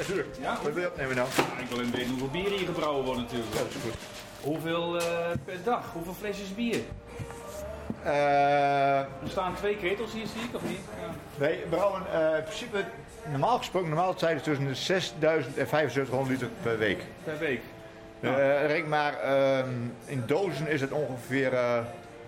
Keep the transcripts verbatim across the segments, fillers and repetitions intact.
Natuurlijk. Ja, Wat wil je opnemen nou? Ja, ik wil even weten hoeveel bier hier gebrouwen wordt natuurlijk. Ja, dat is goed. Hoeveel uh, per dag? Hoeveel flesjes bier? Uh, er staan twee ketels hier, zie ik, of niet? Ja. Wij brouwen uh, in principe, normaal gesproken, normaal tijd tussen de zesduizend en vijfenzeventighonderd liter per week. Per week? Nou. Uh, Reken maar, uh, in dozen is het ongeveer uh,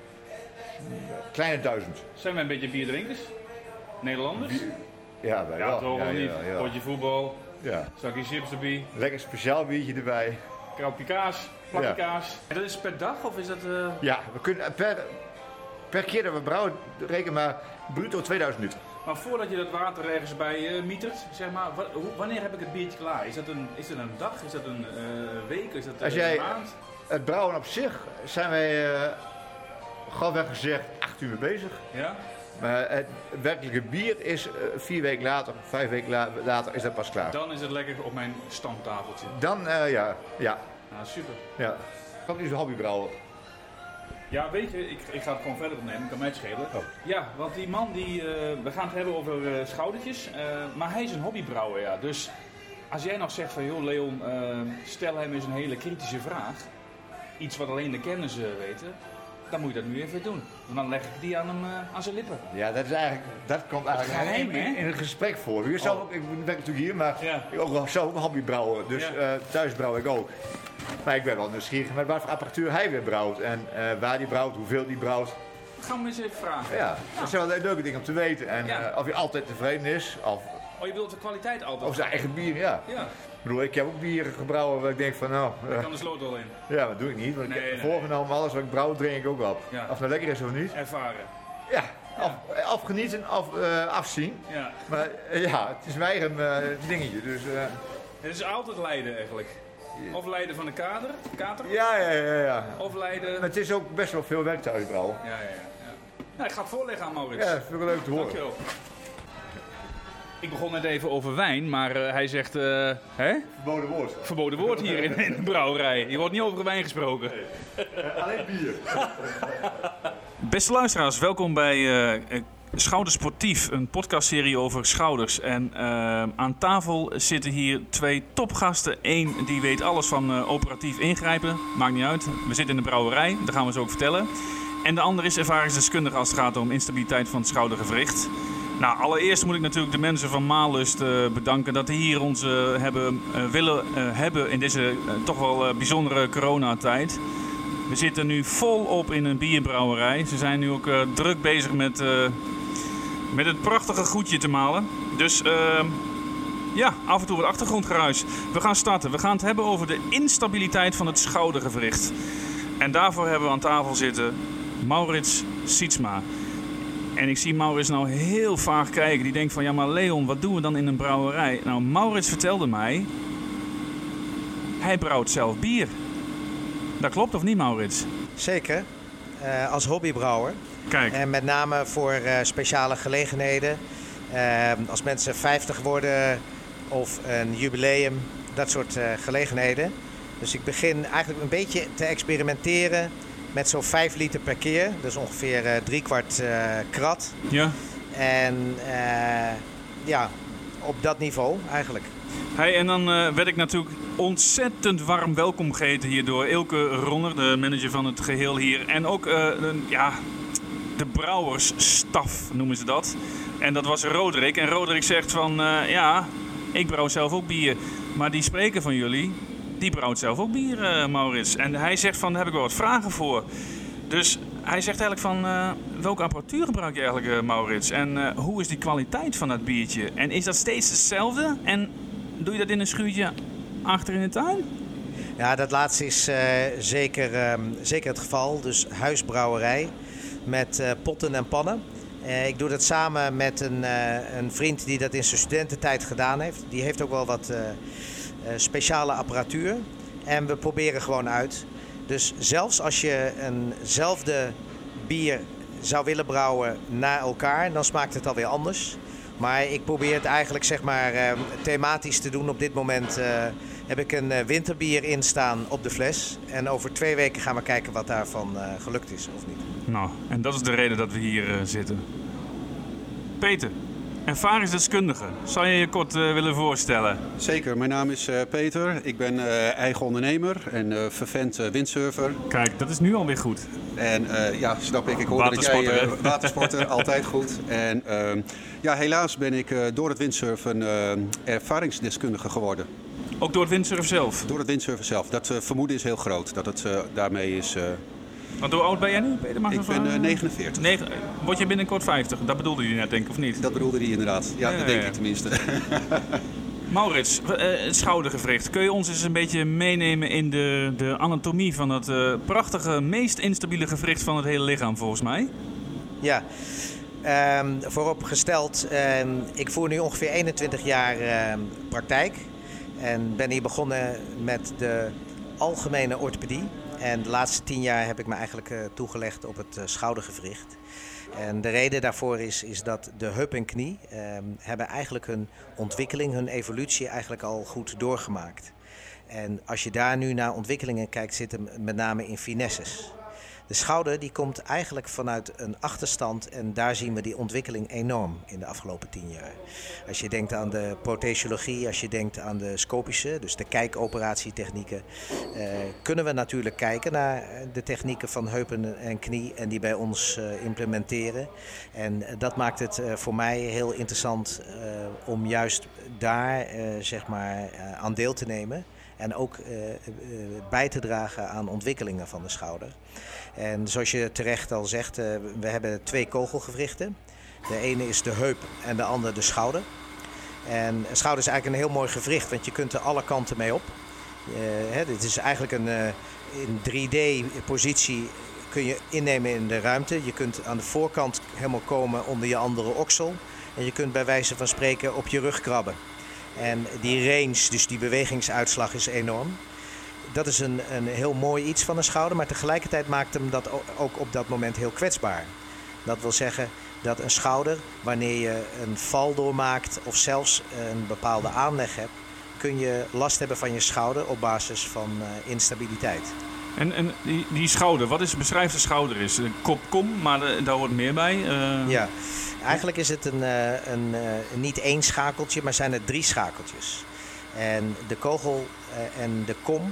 kleine duizend. Zijn wij een beetje bierdrinkers? Nederlanders? Bier? Ja, wij ja, wel. toch ja, niet. Ja, ja. Potje voetbal, ja. zakje chips erbij. Lekker speciaal biertje erbij. Krapje kaas, plakje ja. kaas. En dat is per dag of is dat... Uh... Ja, we kunnen per, per keer dat we brouwen, reken maar bruto tweeduizend liter. Maar voordat je dat water ergens bij uh, mietert, zeg maar, wat, hoe, wanneer heb ik het biertje klaar? Is dat een, is dat een dag? Is dat een uh, week? Is dat uh, Als jij, een maand? Het brouwen op zich zijn wij, uh, grofweg gezegd, acht uur bezig. Ja? Maar het werkelijke bier is uh, vier weken later, vijf weken la- later is dat pas klaar. Dan is het lekker op mijn stamtafeltje. Dan, uh, ja, ja. Nou, super. Ja. Kan niet zo'n hobby brouwen. Ja, weet je, ik, ik ga het gewoon verder opnemen, kan mij het schelen. Oh. Ja, want die man, die, uh, we gaan het hebben over uh, schoudertjes, uh, maar hij is een hobbybrouwer, ja. Dus als jij nog zegt van, joh Leon, uh, stel hem eens een hele kritische vraag. Iets wat alleen de kenners uh, weten. Dan moet je dat nu even doen. Want dan leg ik die aan hem uh, aan zijn lippen. Ja, dat is eigenlijk, dat komt eigenlijk geheim, in, in, in een gesprek voor. Ik, zelf oh. ook, ik werk natuurlijk hier, maar ja. ik ook zelf ook een hobby brouwen. Dus ja. uh, thuis brouw ik ook. Maar ik ben wel nieuwsgierig met wat voor apparatuur hij weer brouwt. En uh, waar die brouwt, hoeveel die brouwt. Gaan we hem eens even vragen. Ja, ja. Dat zijn wel leuke dingen om te weten. En ja. uh, of hij altijd tevreden is. Of, oh, je wilt de kwaliteit altijd? Of zijn eigen bier, ja. Ja. Ik bedoel, ik heb ook bieren gebrouwen waar ik denk van nou... Daar uh, kan de sloot wel in. Ja, dat doe ik niet. Want nee, ik heb nee, voorgenomen, alles wat ik brouw, drink ik ook op. Ja. Of het nou lekker is of niet. Ervaren. Ja, of, ja. of genieten of uh, afzien. Ja. Maar uh, ja, het is mijn eigen uh, dingetje. Dus, uh, het is altijd lijden eigenlijk. Of lijden van de kader, kater. Ja, ja, ja, ja. Of lijden... Maar het is ook best wel veel werk thuis brouwen. Ja, ja, ja. Nou, ik ga het voorleggen aan Maurits. Ja, dat vind ik wel leuk te horen. Dankjewel. Ik begon net even over wijn, maar uh, hij zegt... Uh, hè? Verboden woord. Verboden woord hier in, in de brouwerij. Hier wordt niet over wijn gesproken. Nee. Uh, alleen bier. Beste luisteraars, welkom bij uh, Schouder Sportief, een podcastserie over schouders. En uh, aan tafel zitten hier twee topgasten. Eén die weet alles van uh, operatief ingrijpen, maakt niet uit. We zitten in de brouwerij, daar gaan we zo ook vertellen. En de ander is ervaringsdeskundige als het gaat om instabiliteit van het schoudergewricht. Nou, allereerst moet ik natuurlijk de mensen van Maalust uh, bedanken dat die hier ons uh, hebben uh, willen uh, hebben in deze uh, toch wel uh, bijzondere coronatijd. We zitten nu volop in een bierbrouwerij. Ze zijn nu ook uh, druk bezig met, uh, met het prachtige goedje te malen. Dus uh, ja, af en toe wat achtergrondgeruis. We gaan starten. We gaan het hebben over de instabiliteit van het schoudergewricht. En daarvoor hebben we aan tafel zitten Maurits Sietsma. En ik zie Maurits nou heel vaag kijken. Die denkt van, ja maar Leon, wat doen we dan in een brouwerij? Nou, Maurits vertelde mij, hij brouwt zelf bier. Dat klopt of niet, Maurits? Zeker, uh, als hobbybrouwer. Kijk. En met name voor uh, speciale gelegenheden. Uh, als mensen vijftig worden of een jubileum, dat soort uh, gelegenheden. Dus ik begin eigenlijk een beetje te experimenteren met zo'n vijf liter per keer. Dat is ongeveer uh, drie kwart uh, krat. Ja. En uh, ja, op dat niveau eigenlijk. Hey, en dan uh, werd ik natuurlijk ontzettend warm welkom geheten hier door Ilke Ronner, de manager van het geheel hier. En ook uh, de, ja, de brouwersstaf noemen ze dat. En dat was Roderick. En Roderick zegt van, uh, ja, ik brouw zelf ook bier. Maar die spreker van jullie, die brouwt zelf ook bier, uh, Maurits. En hij zegt van, daar heb ik wel wat vragen voor. Dus hij zegt eigenlijk van, uh, welke apparatuur gebruik je eigenlijk, uh, Maurits? En uh, hoe is die kwaliteit van dat biertje? En is dat steeds hetzelfde? En doe je dat in een schuurtje achter in de tuin? Ja, dat laatste is uh, zeker, um, zeker het geval. Dus huisbrouwerij met uh, potten en pannen. Uh, ik doe dat samen met een, uh, een vriend die dat in zijn studententijd gedaan heeft. Die heeft ook wel wat uh, uh, speciale apparatuur. En we proberen gewoon uit. Dus zelfs als je eenzelfde bier zou willen brouwen na elkaar, dan smaakt het alweer anders. Maar ik probeer het eigenlijk zeg maar uh, thematisch te doen. Op dit moment uh, heb ik een uh, winterbier in staan op de fles. En over twee weken gaan we kijken wat daarvan uh, gelukt is of niet. Nou, en dat is de reden dat we hier uh, zitten. Peter, ervaringsdeskundige. Zou je je kort uh, willen voorstellen? Zeker, mijn naam is uh, Peter. Ik ben uh, eigen ondernemer en uh, vervent uh, windsurfer. Kijk, dat is nu alweer goed. En uh, ja, snap ik. Ik hoorde dat jij uh, watersporter, altijd goed. En uh, ja, helaas ben ik uh, door het windsurfen uh, ervaringsdeskundige geworden. Ook door het windsurfen zelf? Door het windsurfen zelf. Dat uh, vermoeden is heel groot, dat het uh, daarmee is... Uh, Want hoe oud ben jij nu, Peter? Mag ik ben uh, negenenveertig. Negen, word je binnenkort vijftig? Dat bedoelde je net, denk ik, of niet? Dat bedoelde hij inderdaad. Ja, ja dat denk ja. ik tenminste. Maurits, uh, het schoudergewricht. Kun je ons eens een beetje meenemen in de, de anatomie van het uh, prachtige, meest instabiele gewricht van het hele lichaam, volgens mij? Ja, um, vooropgesteld, um, ik voer nu ongeveer eenentwintig jaar uh, praktijk. En ben hier begonnen met de algemene orthopedie. En de laatste tien jaar heb ik me eigenlijk uh, toegelegd op het uh, schoudergewricht. En de reden daarvoor is, is dat de heup en knie uh, hebben eigenlijk hun ontwikkeling, hun evolutie eigenlijk al goed doorgemaakt. En als je daar nu naar ontwikkelingen kijkt, zitten met name in finesses. De schouder die komt eigenlijk vanuit een achterstand en daar zien we die ontwikkeling enorm in de afgelopen tien jaar. Als je denkt aan de prothesiologie, als je denkt aan de scopische, dus de kijkoperatietechnieken, eh, kunnen we natuurlijk kijken naar de technieken van heupen en knie en die bij ons eh, implementeren. En dat maakt het eh, voor mij heel interessant eh, om juist daar eh, zeg maar, uh, aan deel te nemen. En ook uh, uh, bij te dragen aan ontwikkelingen van de schouder. En zoals je terecht al zegt, uh, we hebben twee kogelgewrichten. De ene is de heup en de andere de schouder. En de schouder is eigenlijk een heel mooi gewricht, want je kunt er alle kanten mee op. Uh, hè, dit is eigenlijk een uh, in drie D-positie kun je innemen in de ruimte. Je kunt aan de voorkant helemaal komen onder je andere oksel. En je kunt bij wijze van spreken op je rug krabben. En die range, dus die bewegingsuitslag is enorm. Dat is een, een heel mooi iets van een schouder, maar tegelijkertijd maakt hem dat ook op dat moment heel kwetsbaar. Dat wil zeggen dat een schouder, wanneer je een val doormaakt of zelfs een bepaalde aanleg hebt, kun je last hebben van je schouder op basis van uh, instabiliteit. En, en die, die schouder, wat is beschrijft de schouder is? Kop-kom, maar de, daar hoort meer bij. Uh... Ja, eigenlijk is het een, een, een, een niet één schakeltje, maar zijn er drie schakeltjes. En de kogel en de kom,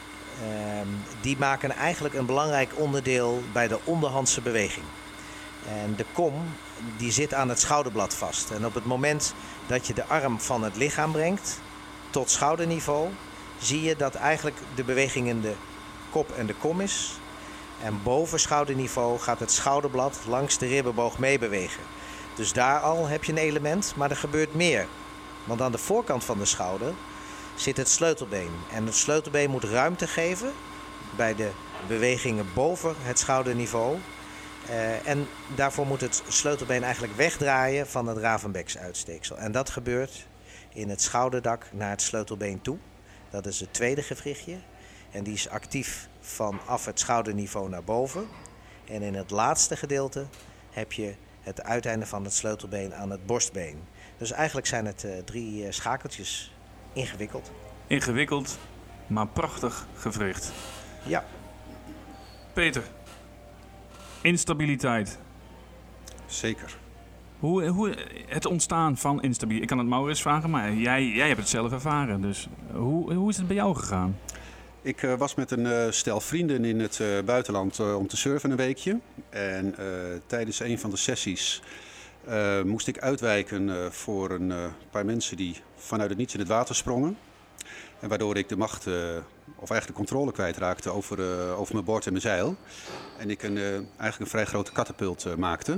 die maken eigenlijk een belangrijk onderdeel bij de onderhandse beweging. En de kom, die zit aan het schouderblad vast. En op het moment dat je de arm van het lichaam brengt tot schouderniveau, zie je dat eigenlijk de beweging in de kop en de kom is. En boven schouderniveau gaat het schouderblad langs de ribbenboog meebewegen. Dus daar al heb je een element, maar er gebeurt meer. Want aan de voorkant van de schouder zit het sleutelbeen. En het sleutelbeen moet ruimte geven bij de bewegingen boven het schouderniveau. Uh, en daarvoor moet het sleutelbeen eigenlijk wegdraaien van het Ravenbecksuitsteeksel. En dat gebeurt in het schouderdak naar het sleutelbeen toe. Dat is het tweede gewrichtje. En die is actief vanaf het schouderniveau naar boven. En in het laatste gedeelte heb je het uiteinde van het sleutelbeen aan het borstbeen. Dus eigenlijk zijn het uh, drie uh, schakeltjes. Ingewikkeld. Ingewikkeld, maar prachtig gewricht. Ja. Peter, instabiliteit. Zeker. Hoe, hoe het ontstaan van instabiliteit. Ik kan het Maurits vragen, maar jij, jij hebt het zelf ervaren. Dus hoe, hoe is het bij jou gegaan? Ik uh, was met een uh, stel vrienden in het uh, buitenland uh, om te surfen een weekje. En uh, tijdens een van de sessies uh, moest ik uitwijken uh, voor een uh, paar mensen die vanuit het niets in het water sprongen. En waardoor ik de macht, uh, of eigenlijk de controle kwijtraakte over, uh, over mijn boord en mijn zeil. En ik een, uh, eigenlijk een vrij grote katapult uh, maakte.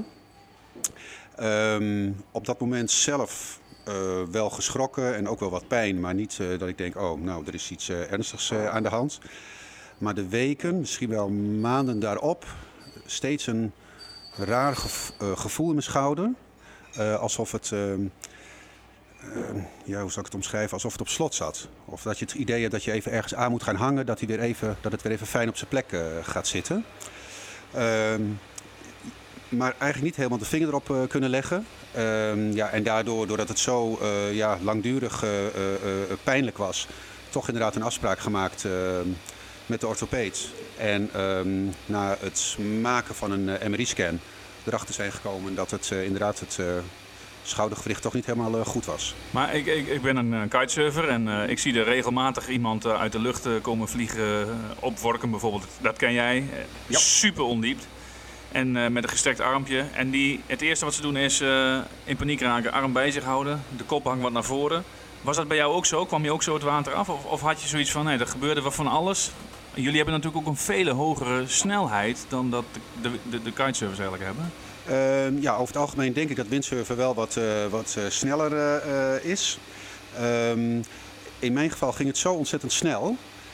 Um, op dat moment zelf uh, wel geschrokken en ook wel wat pijn. Maar niet uh, dat ik denk, oh nou, er is iets uh, ernstigs uh, aan de hand. Maar de weken, misschien wel maanden daarop, steeds een raar gev- uh, gevoel in mijn schouder. Uh, alsof het... Uh, Uh, ja, hoe zal ik het omschrijven? Alsof het op slot zat. Of dat je het idee hebt dat je even ergens aan moet gaan hangen, dat, hij weer even, dat het weer even fijn op zijn plek uh, gaat zitten. Uh, maar eigenlijk niet helemaal de vinger erop uh, kunnen leggen. Uh, ja, en daardoor, doordat het zo uh, ja, langdurig uh, uh, uh, pijnlijk was, toch inderdaad een afspraak gemaakt uh, met de orthopeed. En uh, na het maken van een uh, M R I-scan erachter zijn gekomen dat het uh, inderdaad het... Uh, schoudergewricht toch niet helemaal uh, goed was. Maar ik, ik, ik ben een uh, kitesurfer en uh, ik zie er regelmatig iemand uh, uit de lucht uh, komen vliegen, uh, op Workum bijvoorbeeld. Dat ken jij. Uh, Ja. Super ondiept. En uh, met een gestrekt armpje. En die, het eerste wat ze doen is uh, in paniek raken, arm bij zich houden. De kop hangt wat naar voren. Was dat bij jou ook zo? Kwam je ook zo het water af? Of, of had je zoiets van, nee, er gebeurde wat van alles? Jullie hebben natuurlijk ook een vele hogere snelheid dan dat de, de, de, de kitesurfers eigenlijk hebben. Uh, ja, over het algemeen denk ik dat windsurfen wel wat, uh, wat uh, sneller uh, is. Um, in mijn geval ging het zo ontzettend snel.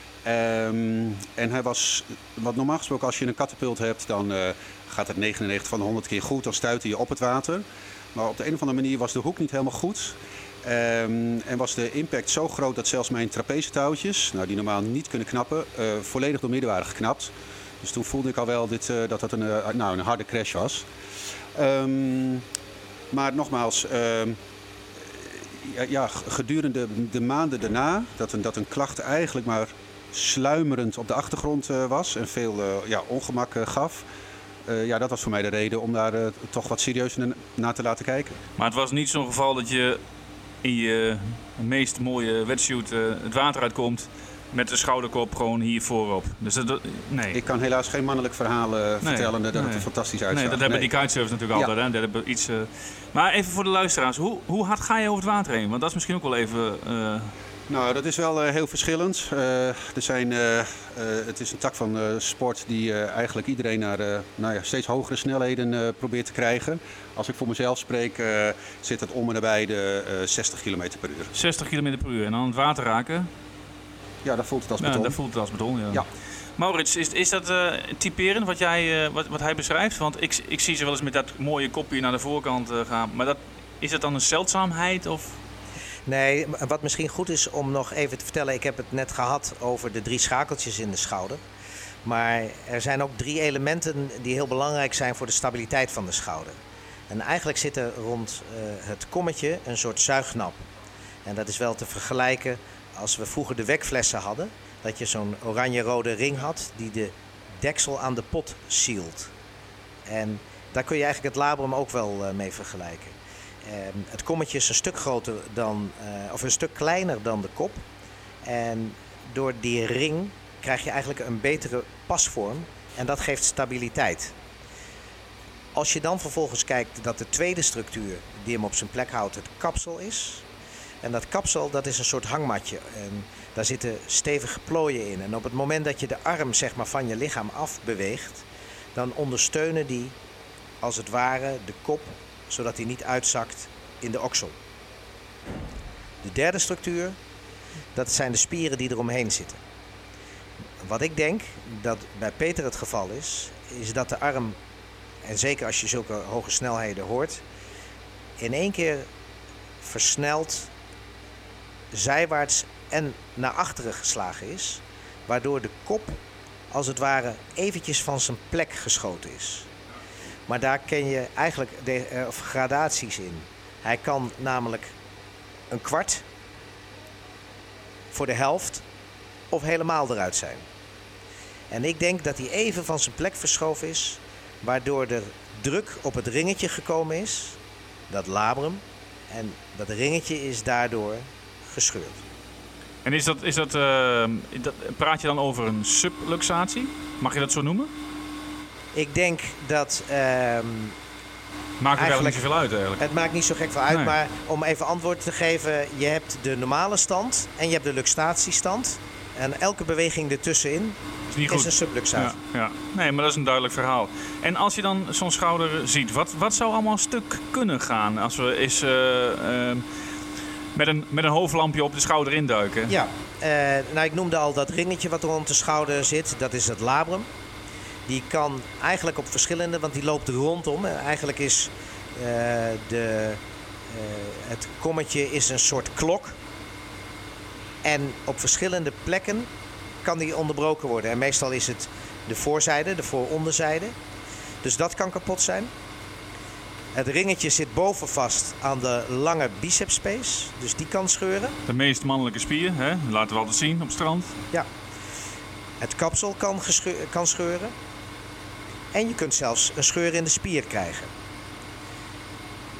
Um, en hij was, wat normaal gesproken als je een katapult hebt, dan uh, gaat het negenennegentig van de honderd keer goed. Dan stuit hij je op het water. Maar op de een of andere manier was de hoek niet helemaal goed. Um, en was de impact zo groot dat zelfs mijn trapezetouwtjes, nou, die normaal niet kunnen knappen, uh, volledig door midden waren geknapt. Dus toen voelde ik al wel dit, uh, dat dat een, uh, nou, een harde crash was. Um, maar nogmaals, um, ja, ja, gedurende de maanden daarna, dat een, dat een klacht eigenlijk maar sluimerend op de achtergrond uh, was en veel uh, ja, ongemak uh, gaf. Uh, ja, dat was voor mij de reden om daar uh, toch wat serieuzer naar te laten kijken. Maar het was niet zo'n geval dat je in je meest mooie wetsuit uh, het water uitkomt met de schouderkop gewoon hier voorop. Dus dat, nee. Ik kan helaas geen mannelijk verhaal uh, nee, vertellen dat nee. het er fantastisch uitzag. Nee, dat hebben nee. die kitesurfers natuurlijk ja. altijd. Hè? Dat hebben iets, uh... Maar even voor de luisteraars, hoe, hoe hard ga je over het water heen? Want dat is misschien ook wel even... Uh... Nou, dat is wel uh, heel verschillend. Uh, er zijn, uh, uh, het is een tak van uh, sport die uh, eigenlijk iedereen naar uh, nou ja, steeds hogere snelheden uh, probeert te krijgen. Als ik voor mezelf spreek, uh, zit het om en nabij de uh, zestig kilometer per uur. zestig kilometer per uur en dan het water raken? Ja, dat voelt het als beton. Ja, dat voelt het als beton, ja. ja. Maurits, is, is dat uh, typerend wat, jij, uh, wat, wat hij beschrijft? Want ik, ik zie ze wel eens met dat mooie kopje naar de voorkant uh, gaan. Maar dat, is dat dan een zeldzaamheid? Of? Nee, wat misschien goed is om nog even te vertellen. Ik heb het net gehad over de drie schakeltjes in de schouder. Maar er zijn ook drie elementen die heel belangrijk zijn voor de stabiliteit van de schouder. En eigenlijk zit er rond uh, het kommetje een soort zuignap. En dat is wel te vergelijken als we vroeger de wekflessen hadden. Dat je zo'n oranje-rode ring had die de deksel aan de pot sealt. En daar kun je eigenlijk het labrum ook wel uh, mee vergelijken. Uh, het kommetje is een stuk groter dan, uh, of een stuk kleiner dan de kop. En door die ring krijg je eigenlijk een betere pasvorm en dat geeft stabiliteit. Als je dan vervolgens kijkt dat de tweede structuur die hem op zijn plek houdt het kapsel is. En dat kapsel dat is een soort hangmatje en daar zitten stevige plooien in. En op het moment dat je de arm zeg maar, van je lichaam af beweegt, dan ondersteunen die als het ware de kop, zodat hij niet uitzakt in de oksel. De derde structuur, dat zijn de spieren die eromheen zitten. Wat ik denk dat bij Peter het geval is, is dat de arm, en zeker als je zulke hoge snelheden hoort, in één keer versneld, zijwaarts en naar achteren geslagen is, waardoor de kop als het ware eventjes van zijn plek geschoten is. Maar daar ken je eigenlijk de, uh, of gradaties in. Hij kan namelijk een kwart voor de helft of helemaal eruit zijn. En ik denk dat hij even van zijn plek verschoven is, waardoor er druk op het ringetje gekomen is, dat labrum, en dat ringetje is daardoor gescheurd. En is dat, is dat, uh, dat, praat je dan over een subluxatie? Mag je dat zo noemen? Ik denk dat... Uh, maakt er eigenlijk niet zoveel uit eigenlijk. Het maakt niet zo gek veel uit, nee. Maar om even antwoord te geven, je hebt de normale stand en je hebt de luxatiestand. En elke beweging ertussenin is, niet goed. is een subluxatie. Ja, ja. Nee, maar dat is een duidelijk verhaal. En als je dan zo'n schouder ziet, wat, wat zou allemaal stuk kunnen gaan als we eens uh, uh, met, een, met een hoofdlampje op de schouder induiken? Ja, uh, nou ik noemde al dat ringetje wat rond de schouder zit, dat is het labrum. Die kan eigenlijk op verschillende, want die loopt rondom. En eigenlijk is uh, de, uh, het kommetje is een soort klok. En op verschillende plekken kan die onderbroken worden. En meestal is het de voorzijde, de vooronderzijde. Dus dat kan kapot zijn. Het ringetje zit boven vast aan de lange bicepspace. Dus die kan scheuren. De meest mannelijke spier, hè? Dat laten we altijd zien op het strand. Ja. Het kapsel kan, gescheur, kan scheuren. En je kunt zelfs een scheur in de spier krijgen.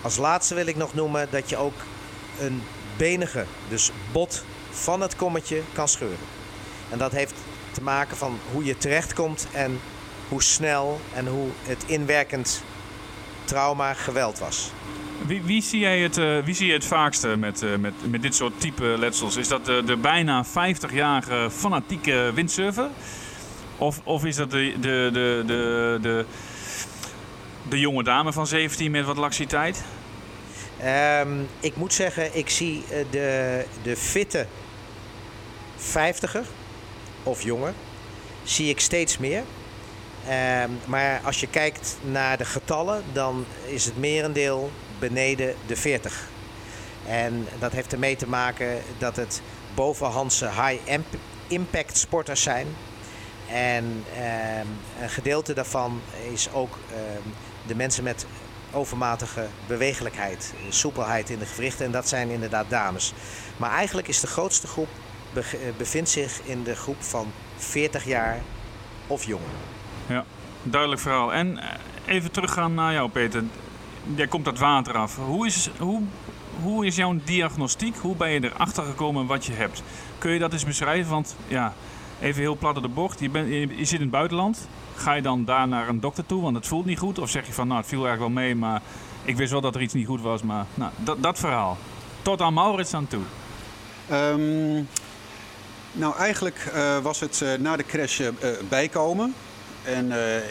Als laatste wil ik nog noemen dat je ook een benige, dus bot van het kommetje kan scheuren. En dat heeft te maken van hoe je terechtkomt en hoe snel en hoe het inwerkend trauma geweld was. Wie, wie, zie jij het, uh, wie zie je het vaakste met, uh, met, met dit soort type letsels? Is dat de, de bijna vijftig-jarige fanatieke windsurfer? Of, of is dat de, de, de, de, de, de jonge dame van zeventien met wat laxiteit? Um, ik moet zeggen, ik zie de, de fitte vijftiger of jonger zie ik steeds meer. Um, maar als je kijkt naar de getallen, dan is het merendeel beneden de veertig. En dat heeft ermee te maken dat het bovenhandse high-impact sporters zijn. En um, een gedeelte daarvan is ook um, de mensen met overmatige bewegelijkheid, soepelheid in de gewrichten. En dat zijn inderdaad dames. Maar eigenlijk is de grootste groep bevindt zich in de groep van veertig jaar of jonger. Ja, duidelijk verhaal. En even teruggaan naar jou, Peter. Jij komt dat water af. Hoe is, hoe, hoe is jouw diagnostiek? Hoe ben je erachter gekomen wat je hebt? Kun je dat eens beschrijven? Want ja, even heel plat op de bocht. Je, bent, je, je zit in het buitenland. Ga je dan daar naar een dokter toe, want het voelt niet goed? Of zeg je van, nou, het viel eigenlijk wel mee, maar ik wist wel dat er iets niet goed was. Maar nou, dat, dat verhaal. Tot aan Maurits aan toe. Um, nou, eigenlijk uh, was het uh, na de crash uh, bijkomen. En uh, uh,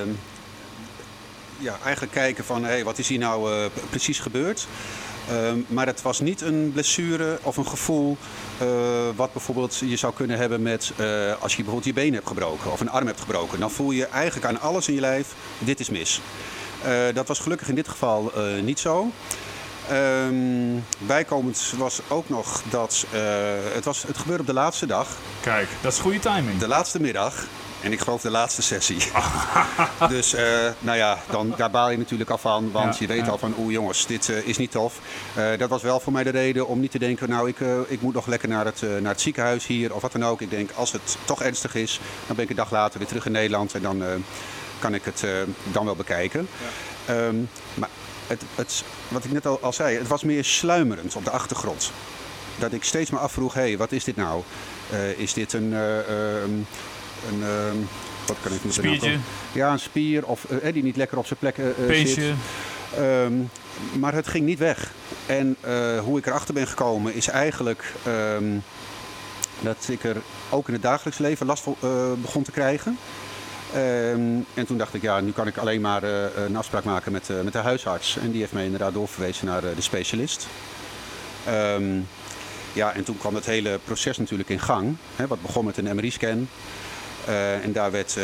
ja, eigenlijk kijken van, hé, hey, wat is hier nou uh, precies gebeurd? Uh, maar het was niet een blessure of een gevoel uh, wat bijvoorbeeld je zou kunnen hebben met uh, als je bijvoorbeeld je been hebt gebroken of een arm hebt gebroken. Dan voel je eigenlijk aan alles in je lijf, dit is mis. Uh, dat was gelukkig in dit geval uh, niet zo. Um, bijkomend was ook nog dat uh, het, was, het gebeurde op de laatste dag. Kijk, dat is goede timing. De laatste middag. En ik geloof de laatste sessie. Dus uh, nou ja, dan, daar baal je natuurlijk al van. Want ja, je weet ja. al van, oeh jongens, dit uh, is niet tof. Uh, dat was wel voor mij de reden om niet te denken, nou ik, uh, ik moet nog lekker naar het, uh, naar het ziekenhuis hier of wat dan ook. Ik denk, als het toch ernstig is, dan ben ik een dag later weer terug in Nederland. En dan uh, kan ik het uh, dan wel bekijken. Ja. Um, maar het, het, wat ik net al, al zei, het was meer sluimerend op de achtergrond. Dat ik steeds maar afvroeg, hé, hey, wat is dit nou? Uh, is dit een... Uh, um, Een, uh, wat kan ik met spiertje? Nou ja, een spier of uh, die niet lekker op zijn plek uh, zit. Um, maar het ging niet weg. En uh, hoe ik erachter ben gekomen is eigenlijk um, dat ik er ook in het dagelijks leven last van uh, begon te krijgen. Um, en toen dacht ik, ja, nu kan ik alleen maar uh, een afspraak maken met, uh, met de huisarts. En die heeft mij inderdaad doorverwezen naar uh, de specialist. Um, ja, en toen kwam het hele proces natuurlijk in gang. Hè, wat begon met een M R I-scan. Uh, en daar werd, uh,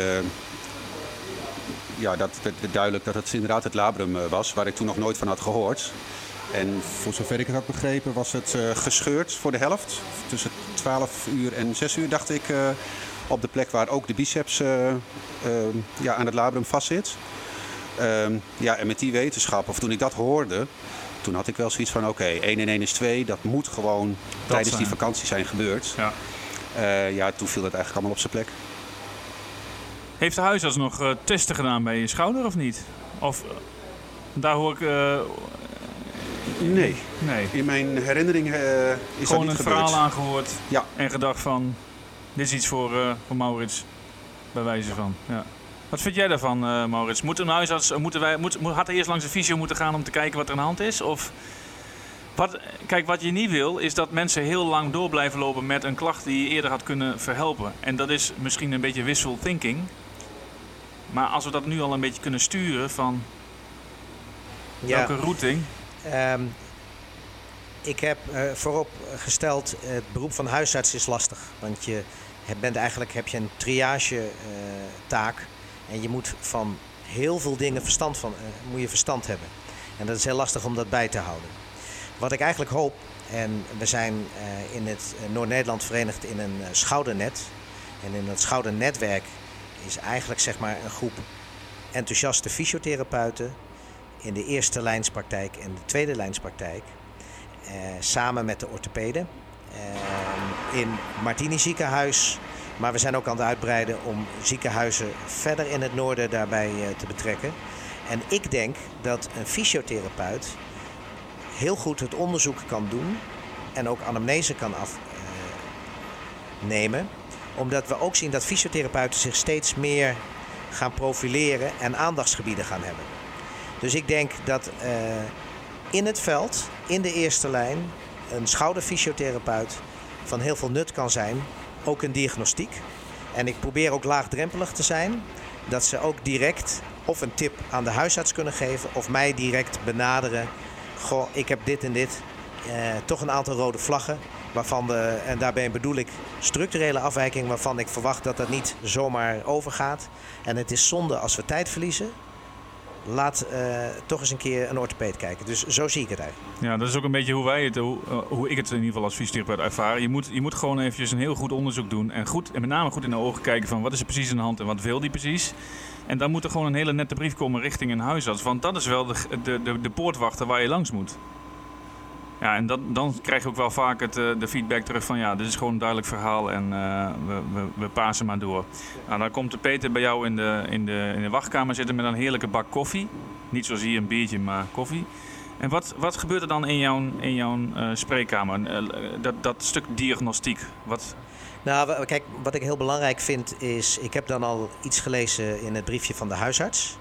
ja, dat werd duidelijk dat het inderdaad het labrum uh, was, waar ik toen nog nooit van had gehoord. En voor zover ik het had begrepen was het uh, gescheurd voor de helft. Tussen twaalf uur en zes uur dacht ik, uh, op de plek waar ook de biceps uh, uh, ja, aan het labrum vastzit. Uh, ja, en met die wetenschap, of toen ik dat hoorde, toen had ik wel zoiets van, oké, okay, één en één is twee, dat moet gewoon dat tijdens zijn. die vakantie zijn gebeurd. Ja. Uh, ja, toen viel het eigenlijk allemaal op zijn plek. Heeft de huisarts nog uh, testen gedaan bij je schouder of niet? Of uh, daar hoor ik... Uh, nee. nee. In mijn herinnering uh, is gewoon dat niet gebeurd. Gewoon een verhaal aangehoord ja. en gedacht van... Dit is iets voor, uh, voor Maurits, bij wijze van. Ja. Wat vind jij daarvan, uh, Maurits? Moet een huisarts, moeten wij, moet, had hij eerst langs de fysio moeten gaan om te kijken wat er aan de hand is? Of... Wat, kijk, wat je niet wil, is dat mensen heel lang door blijven lopen met een klacht die je eerder had kunnen verhelpen. En dat is misschien een beetje wishful thinking. Maar als we dat nu al een beetje kunnen sturen van ja. welke routing... Um, ik heb uh, voorop gesteld, uh, het beroep van huisarts is lastig. Want je bent eigenlijk heb je een triage uh, taak. En je moet van heel veel dingen verstand, van, uh, moet je verstand hebben. En dat is heel lastig om dat bij te houden. Wat ik eigenlijk hoop, en we zijn uh, in het uh, Noord-Nederland verenigd in een uh, schoudernet. En in dat schoudernetwerk is eigenlijk zeg maar een groep enthousiaste fysiotherapeuten in de eerste lijnspraktijk en de tweede lijnspraktijk. Uh, samen met de orthopeden uh, in Martini ziekenhuis. Maar we zijn ook aan het uitbreiden om ziekenhuizen verder in het noorden daarbij uh, te betrekken. En ik denk dat een fysiotherapeut heel goed het onderzoek kan doen en ook anamnese kan afnemen. Omdat we ook zien dat fysiotherapeuten zich steeds meer gaan profileren en aandachtsgebieden gaan hebben. Dus ik denk dat uh, in het veld, in de eerste lijn, een schouderfysiotherapeut van heel veel nut kan zijn. Ook een diagnostiek. En ik probeer ook laagdrempelig te zijn. Dat ze ook direct of een tip aan de huisarts kunnen geven of mij direct benaderen. Goh, ik heb dit en dit. Uh, toch een aantal rode vlaggen. Waarvan de, en daarbij bedoel ik structurele afwijking waarvan ik verwacht dat dat niet zomaar overgaat. En het is zonde als we tijd verliezen. Laat uh, toch eens een keer een orthopeed kijken. Dus zo zie ik het eigenlijk. Ja, dat is ook een beetje hoe wij het, hoe, uh, hoe ik het in ieder geval als fysiotherapeut ervaar. Je moet, je moet gewoon eventjes een heel goed onderzoek doen. En, goed, en met name goed in de ogen kijken van wat is er precies aan de hand en wat wil die precies. En dan moet er gewoon een hele nette brief komen richting een huisarts. Want dat is wel de, de, de, de poortwachter waar je langs moet. Ja, en dat, dan krijg je ook wel vaak het, uh, de feedback terug van ja, dit is gewoon een duidelijk verhaal en uh, we, we, we pasen maar door. Nou, dan komt de Peter bij jou in de, in, de, in de wachtkamer zitten met een heerlijke bak koffie. Niet zoals hier een biertje, maar koffie. En wat, wat gebeurt er dan in jouw, in jouw uh, spreekkamer? Uh, dat, dat stuk diagnostiek, wat... Nou, kijk, wat ik heel belangrijk vind is, ik heb dan al iets gelezen in het briefje van de huisarts.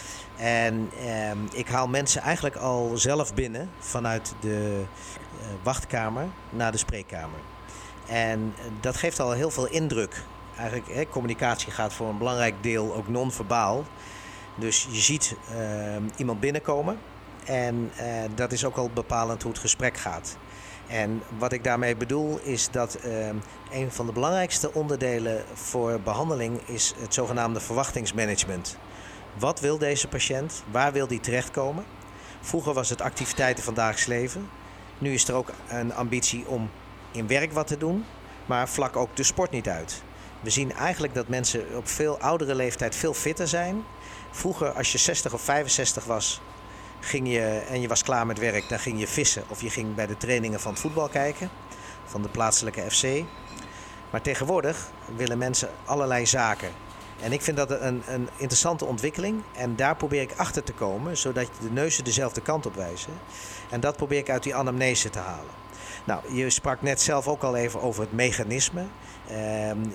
En eh, ik haal mensen eigenlijk al zelf binnen vanuit de uh, wachtkamer naar de spreekkamer. En uh, dat geeft al heel veel indruk. Eigenlijk, hè, communicatie gaat voor een belangrijk deel ook non-verbaal. Dus je ziet uh, iemand binnenkomen en uh, dat is ook al bepalend hoe het gesprek gaat. En wat ik daarmee bedoel is dat uh, een van de belangrijkste onderdelen voor behandeling is het zogenaamde verwachtingsmanagement. Wat wil deze patiënt? Waar wil die terechtkomen? Vroeger was het activiteiten van dagelijks leven. Nu is er ook een ambitie om in werk wat te doen, maar vlak ook de sport niet uit. We zien eigenlijk dat mensen op veel oudere leeftijd veel fitter zijn. Vroeger, als je zestig of vijfenzestig was, ging je en je was klaar met werk, dan ging je vissen of je ging bij de trainingen van het voetbal kijken, van de plaatselijke F C. Maar tegenwoordig willen mensen allerlei zaken. En ik vind dat een, een interessante ontwikkeling. En daar probeer ik achter te komen, zodat de neuzen dezelfde kant op wijzen. En dat probeer ik uit die anamnese te halen. Nou, je sprak net zelf ook al even over het mechanisme eh, eh,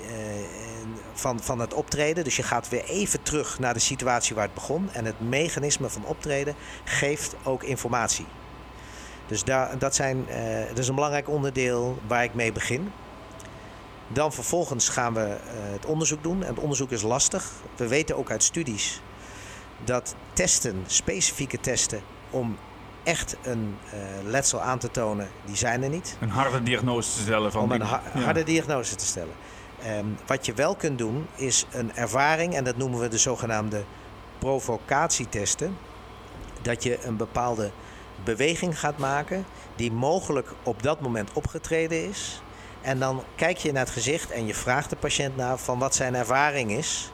van, van het optreden. Dus je gaat weer even terug naar de situatie waar het begon. En het mechanisme van optreden geeft ook informatie. Dus daar, dat, zijn, eh, dat is een belangrijk onderdeel waar ik mee begin. Dan vervolgens gaan we uh, het onderzoek doen. En het onderzoek is lastig. We weten ook uit studies dat testen, specifieke testen, om echt een uh, letsel aan te tonen, die zijn er niet. Een harde diagnose te stellen. Van om die... een ha- ja. harde diagnose te stellen. Um, wat je wel kunt doen, is een ervaring, en dat noemen we de zogenaamde provocatietesten. Dat je een bepaalde beweging gaat maken die mogelijk op dat moment opgetreden is. En dan kijk je naar het gezicht en je vraagt de patiënt naar van wat zijn ervaring is.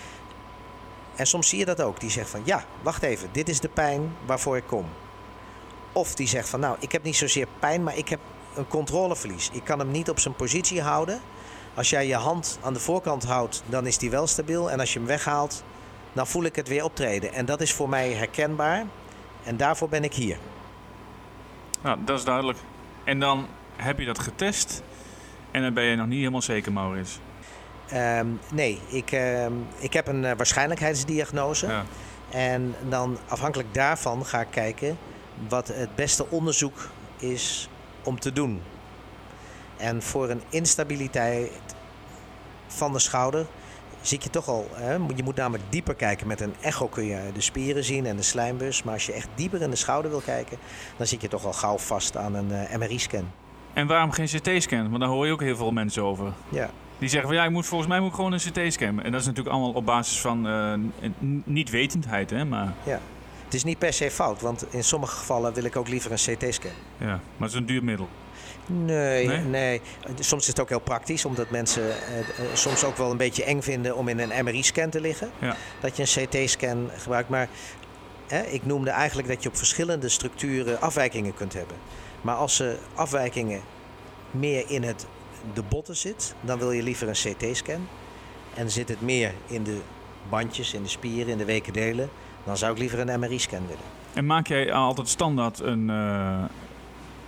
En soms zie je dat ook. Die zegt van ja, wacht even, dit is de pijn waarvoor ik kom. Of die zegt van nou, ik heb niet zozeer pijn, maar ik heb een controleverlies. Ik kan hem niet op zijn positie houden. Als jij je hand aan de voorkant houdt, dan is die wel stabiel. En als je hem weghaalt, dan voel ik het weer optreden. En dat is voor mij herkenbaar. En daarvoor ben ik hier. Nou, dat is duidelijk. En dan heb je dat getest. En dan ben je nog niet helemaal zeker, Maurits. Um, nee, ik, um, ik heb een uh, waarschijnlijkheidsdiagnose. Ja. En dan afhankelijk daarvan ga ik kijken wat het beste onderzoek is om te doen. En voor een instabiliteit van de schouder zie je toch al, hè, je moet namelijk dieper kijken. Met een echo kun je de spieren zien en de slijmbus. Maar als je echt dieper in de schouder wil kijken, dan zit je toch al gauw vast aan een uh, M R I-scan. En waarom geen C T-scan? Want daar hoor je ook heel veel mensen over. Ja. Die zeggen van ja, ik moet, volgens mij moet ik gewoon een C T-scan. En dat is natuurlijk allemaal op basis van uh, niet-wetendheid. Hè? Maar... Ja. Het is niet per se fout, want in sommige gevallen wil ik ook liever een C T-scan. Ja, maar het is een duur middel. Nee, nee, nee. Soms is het ook heel praktisch, omdat mensen uh, soms ook wel een beetje eng vinden om in een M R I-scan te liggen. Ja. Dat je een C T-scan gebruikt. Maar hè, ik noemde eigenlijk dat je op verschillende structuren afwijkingen kunt hebben. Maar als ze afwijkingen meer in het, de botten zit, dan wil je liever een C T-scan. En zit het meer in de bandjes, in de spieren, in de weken delen, dan zou ik liever een M R I-scan willen. En maak jij altijd standaard een, uh,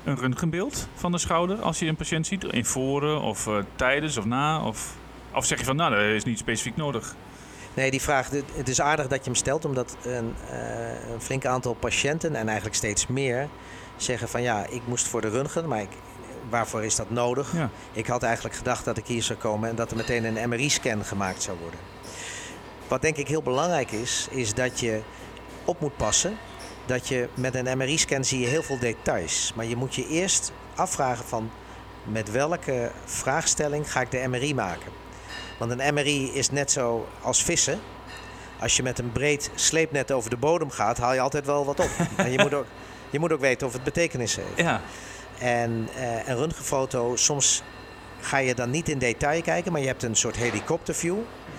een röntgenbeeld van de schouder als je een patiënt ziet? In voren of uh, tijdens of na? Of, of zeg je van, nou, dat is niet specifiek nodig? Nee, die vraag, het is aardig dat je hem stelt, omdat een, uh, een flink aantal patiënten, en eigenlijk steeds meer, zeggen van ja, ik moest voor de röntgen, maar ik, waarvoor is dat nodig? Ja. Ik had eigenlijk gedacht dat ik hier zou komen en dat er meteen een M R I-scan gemaakt zou worden. Wat denk ik heel belangrijk is, is dat je op moet passen. Dat je met een M R I-scan zie je heel veel details. Maar je moet je eerst afvragen van met welke vraagstelling ga ik de M R I maken. Want een M R I is net zo als vissen. Als je met een breed sleepnet over de bodem gaat, haal je altijd wel wat op. En je moet ook, je moet ook weten of het betekenis heeft. Ja. En uh, een röntgenfoto, soms ga je dan niet in detail kijken, maar je hebt een soort helikopterview.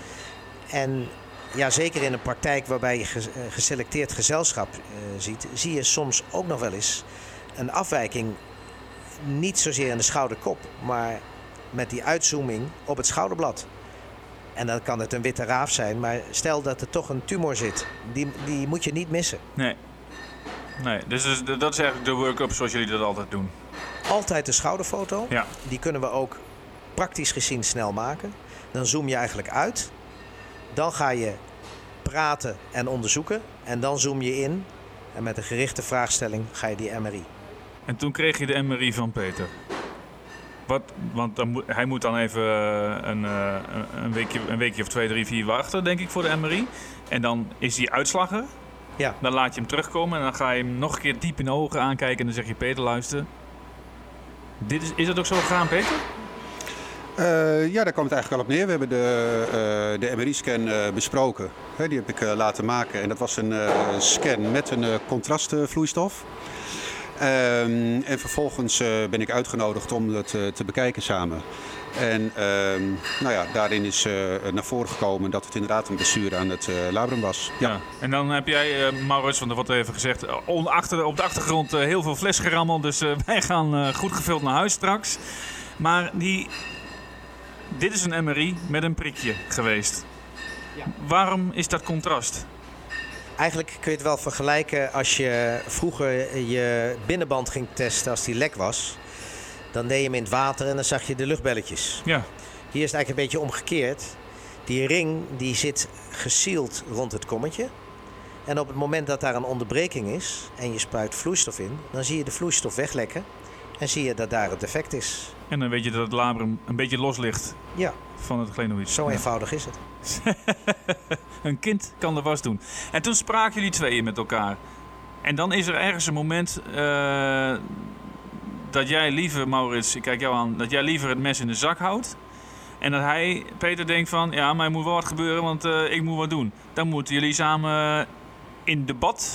En ja, zeker in een praktijk waarbij je ge- geselecteerd gezelschap uh, ziet, zie je soms ook nog wel eens een afwijking. Niet zozeer in de schouderkop, maar met die uitzooming op het schouderblad. En dan kan het een witte raaf zijn, maar stel dat er toch een tumor zit, die, die moet je niet missen. Nee. Nee, dus dat is eigenlijk de work-up zoals jullie dat altijd doen. Altijd de schouderfoto. Ja. Die kunnen we ook praktisch gezien snel maken. Dan zoom je eigenlijk uit. Dan ga je praten en onderzoeken. En dan zoom je in. En met een gerichte vraagstelling ga je die M R I. En toen kreeg je de M R I van Peter. Wat, want dan moet, hij moet dan even een, een, weekje, een weekje of twee, drie, vier wachten, denk ik, voor de M R I. En dan is die uitslag er. Ja. Dan laat je hem terugkomen en dan ga je hem nog een keer diep in de ogen aankijken. En dan zeg je, Peter, luister. Dit is, is dat ook zo gegaan, Peter? Uh, ja, daar kwam het eigenlijk wel op neer. We hebben de, uh, de M R I-scan uh, besproken. He, die heb ik uh, laten maken. En dat was een uh, scan met een uh, contrastvloeistof. Um, en vervolgens uh, ben ik uitgenodigd om dat uh, te bekijken samen. En um, nou ja, daarin is uh, naar voren gekomen dat het inderdaad een blessure aan het uh, labrum was. Ja. Ja. En dan heb jij, uh, Maurits, want er wordt even gezegd, on, achter, op de achtergrond uh, heel veel flesgerammel. Dus uh, wij gaan uh, goed gevuld naar huis straks. Maar die, dit is een M R I met een prikje geweest. Ja. Waarom is dat contrast? Eigenlijk kun je het wel vergelijken als je vroeger je binnenband ging testen als die lek was. Dan deed je hem in het water en dan zag je de luchtbelletjes. Ja. Hier is het eigenlijk een beetje omgekeerd. Die ring die zit gesealed rond het kommetje. En op het moment dat daar een onderbreking is en je spuit vloeistof in, dan zie je de vloeistof weglekken en zie je dat daar het defect is. En dan weet je dat het labrum een beetje los ligt ja. van het glenoïd. Zo eenvoudig is het. Een kind kan de was doen. En toen spraken jullie tweeën met elkaar. En dan is er ergens een moment uh, dat jij liever, Maurits, ik kijk jou aan, dat jij liever het mes in de zak houdt. En dat hij, Peter, denkt van, ja, maar er moet wel wat gebeuren, want uh, ik moet wat doen. Dan moeten jullie samen in debat.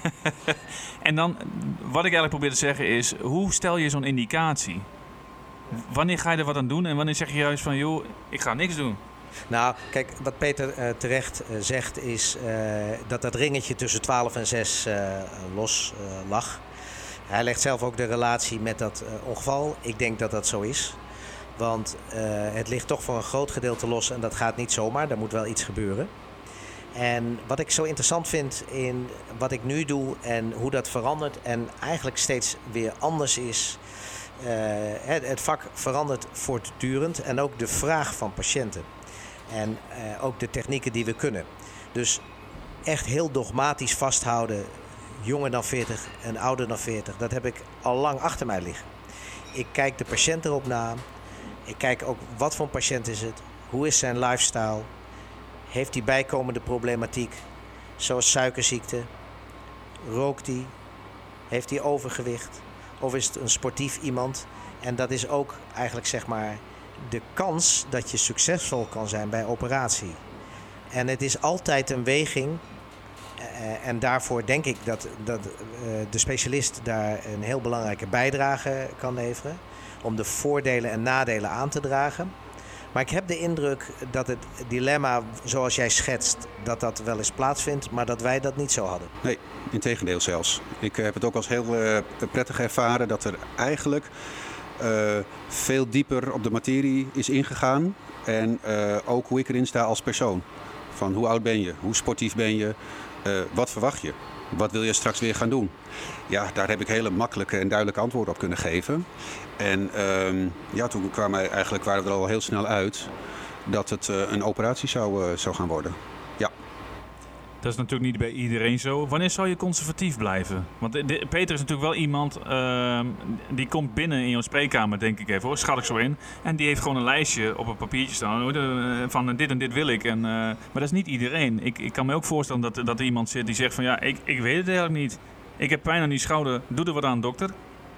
En dan, wat ik eigenlijk probeer te zeggen is, hoe stel je zo'n indicatie? Wanneer ga je er wat aan doen en wanneer zeg je juist van, joh, ik ga niks doen? Nou, kijk, wat Peter uh, terecht uh, zegt is uh, dat dat ringetje tussen twaalf en zes uh, los uh, lag. Hij legt zelf ook de relatie met dat uh, ongeval. Ik denk dat dat zo is. Want uh, het ligt toch voor een groot gedeelte los en dat gaat niet zomaar. Er moet wel iets gebeuren. En wat ik zo interessant vind in wat ik nu doe en hoe dat verandert en eigenlijk steeds weer anders is. Uh, het, het vak verandert voortdurend en ook de vraag van patiënten. En uh, ook de technieken die we kunnen. Dus echt heel dogmatisch vasthouden, jonger dan veertig en ouder dan veertig, dat heb ik al lang achter mij liggen. Ik kijk de patiënt erop na. Ik kijk ook wat voor een patiënt is het. Hoe is zijn lifestyle? Heeft hij bijkomende problematiek? Zoals suikerziekte? Rookt hij? Heeft hij overgewicht? Of is het een sportief iemand? En dat is ook eigenlijk zeg maar de kans dat je succesvol kan zijn bij operatie. En het is altijd een weging. Uh, en daarvoor denk ik dat, dat uh, de specialist daar een heel belangrijke bijdrage kan leveren. Om de voordelen en nadelen aan te dragen. Maar ik heb de indruk dat het dilemma zoals jij schetst, dat dat wel eens plaatsvindt, maar dat wij dat niet zo hadden. Nee, integendeel zelfs. Ik heb het ook als heel uh, prettig ervaren dat er eigenlijk uh, veel dieper op de materie is ingegaan. En uh, ook hoe ik erin sta als persoon. Van hoe oud ben je? Hoe sportief ben je? Uh, wat verwacht je? Wat wil je straks weer gaan doen? Ja, daar heb ik hele makkelijke en duidelijke antwoorden op kunnen geven. En uh, ja, toen kwamen eigenlijk, waren we er al heel snel uit dat het uh, een operatie zou, uh, zou gaan worden. Ja. Dat is natuurlijk niet bij iedereen zo. Wanneer zou je conservatief blijven? Want de, de, Peter is natuurlijk wel iemand, uh, die komt binnen in jouw spreekkamer, denk ik even hoor, schat ik zo in. En die heeft gewoon een lijstje op een papiertje staan van dit en dit wil ik. En, uh, maar dat is niet iedereen. Ik, ik kan me ook voorstellen dat, dat er iemand zit die zegt van ja, ik, ik weet het eigenlijk niet. Ik heb pijn aan die schouder, doe er wat aan, dokter.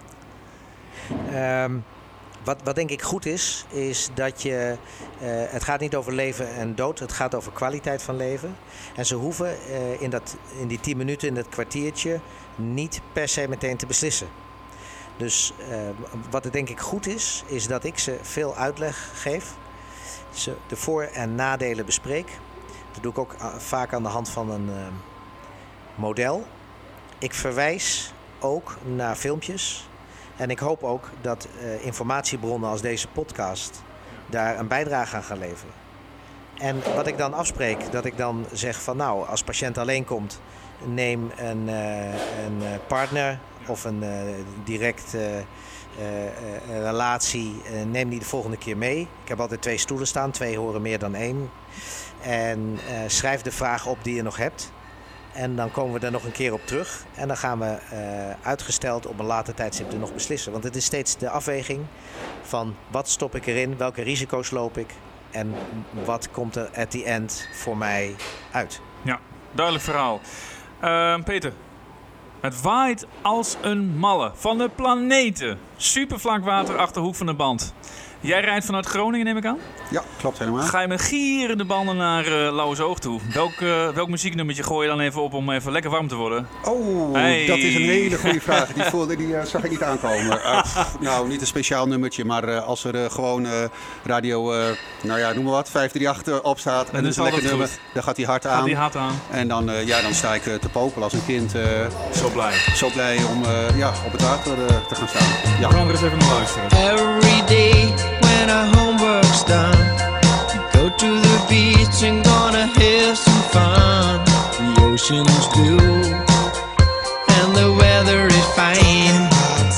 Um, wat, wat denk ik goed is, is dat je... Uh, het gaat niet over leven en dood, het gaat over kwaliteit van leven. En ze hoeven uh, in, dat, in die tien minuten, in dat kwartiertje, niet per se meteen te beslissen. Dus uh, wat het denk ik goed is, is dat ik ze veel uitleg geef. Ze de voor- en nadelen bespreek. Dat doe ik ook uh, vaak aan de hand van een uh, model. Ik verwijs ook naar filmpjes. En ik hoop ook dat uh, informatiebronnen als deze podcast daar een bijdrage aan gaan leveren. En wat ik dan afspreek, dat ik dan zeg van nou, als patiënt alleen komt, neem een, uh, een partner of een uh, direct uh, uh, uh, relatie, uh, neem die de volgende keer mee. Ik heb altijd twee stoelen staan, twee horen meer dan één. En uh, schrijf de vraag op die je nog hebt. En dan komen we er nog een keer op terug. En dan gaan we uh, uitgesteld op een later tijdstip er nog beslissen. Want het is steeds de afweging van wat stop ik erin, welke risico's loop ik en wat komt er at the end voor mij uit. Ja, duidelijk verhaal. Uh, Peter, het waait als een malle van de planeten. Super vlak water achterhoek van de band. Jij rijdt vanuit Groningen, neem ik aan? Ja, klopt helemaal. Ga je met gierende banden naar uh, Lauwersoog toe? Welk, uh, welk muzieknummertje gooi je dan even op om even lekker warm te worden? Oh, hey. Dat is een hele goede vraag. Die, voelde, die uh, zag ik niet aankomen. Uh, pff, nou, niet een speciaal nummertje, maar uh, als er uh, gewoon uh, radio, uh, nou ja, noem maar wat, vijf drie acht op staat. En dat is een lekker nummer. Goed. Dan gaat hij hard aan. Gaat die hard aan. En dan, uh, ja, dan sta ik uh, te popelen als een kind. Uh, zo blij. Zo blij om uh, ja, op het water uh, te gaan staan. Ja. We gaan er eens even naar luisteren. Every day when our homework's done, go to the beach and gonna have some fun. The ocean's blue and the weather is fine,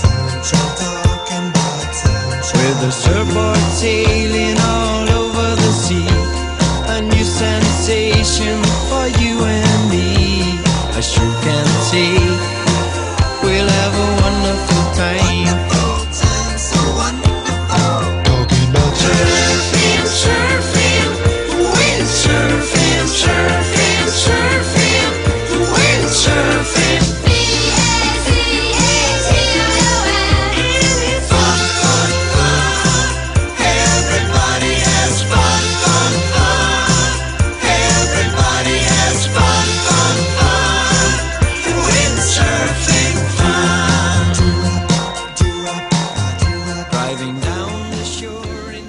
with the surfboard sailing all over the sea. A new sensation for you and me. As you can see, we'll have a wonderful time. Surfing, surfing, windsurfing, surfing, surfing, windsurfing. Fun, fun, fun. Everybody has fun, fun, fun. Everybody has fun, fun, fun. Windsurfing fun. Driving down the shore.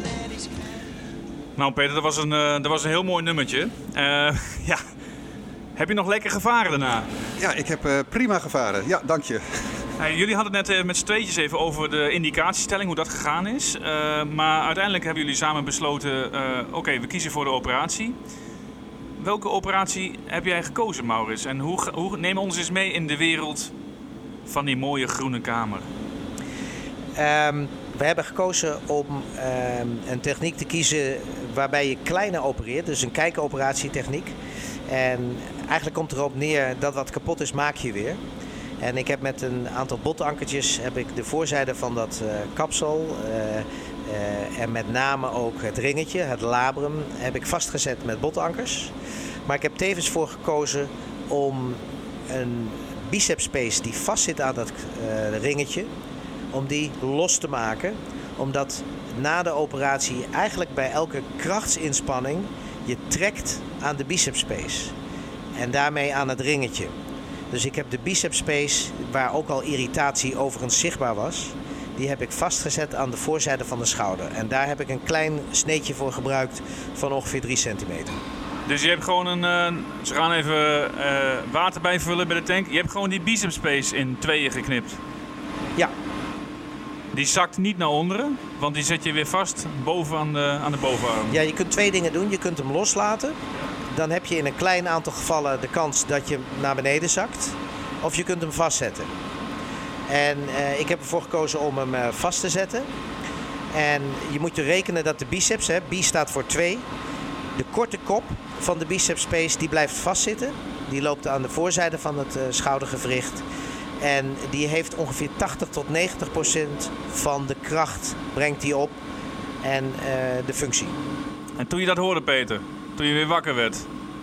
Nou Peter, dat was een, uh, dat was een heel mooi nummertje. Uh, ja. Heb je nog lekker gevaren daarna? Ja, ik heb uh, prima gevaren. Ja, dank je. Hey, jullie hadden het net uh, met z'n tweetjes even over de indicatiestelling, hoe dat gegaan is. Uh, maar uiteindelijk hebben jullie samen besloten, uh, oké, okay, we kiezen voor de operatie. Welke operatie heb jij gekozen, Maurits? En hoe, hoe, neem ons eens mee in de wereld van die mooie groene kamer. Um, we hebben gekozen om um, een techniek te kiezen waarbij je kleiner opereert. Dus een kijkoperatietechniek. En eigenlijk komt erop neer dat wat kapot is, maak je weer. En ik heb met een aantal botankertjes heb ik de voorzijde van dat uh, kapsel uh, uh, en met name ook het ringetje, het labrum, heb ik vastgezet met botankers. Maar ik heb tevens voor gekozen om een bicepspace die vastzit aan dat uh, ringetje, om die los te maken. Omdat na de operatie eigenlijk bij elke krachtsinspanning je trekt aan de bicepspace. En daarmee aan het ringetje. Dus ik heb de bicepspace, waar ook al irritatie overigens zichtbaar was, die heb ik vastgezet aan de voorzijde van de schouder. En daar heb ik een klein sneetje voor gebruikt van ongeveer drie centimeter. Dus je hebt gewoon een... Uh, ze gaan even uh, water bijvullen bij de tank. Je hebt gewoon die bicepspace in tweeën geknipt. Ja. Die zakt niet naar onderen, want die zet je weer vast boven aan de, aan de bovenarm. Ja, je kunt twee dingen doen. Je kunt hem loslaten dan heb je in een klein aantal gevallen de kans dat je naar beneden zakt. Of je kunt hem vastzetten. En uh, ik heb ervoor gekozen om hem uh, vast te zetten. En je moet je rekenen dat de biceps, hè, B staat voor twee. De korte kop van de biceps space die blijft vastzitten. Die loopt aan de voorzijde van het uh, schoudergewricht. En die heeft ongeveer tachtig tot negentig procent van de kracht brengt die op. En uh, de functie. En toen je dat hoorde, Peter, toen je weer wakker werd.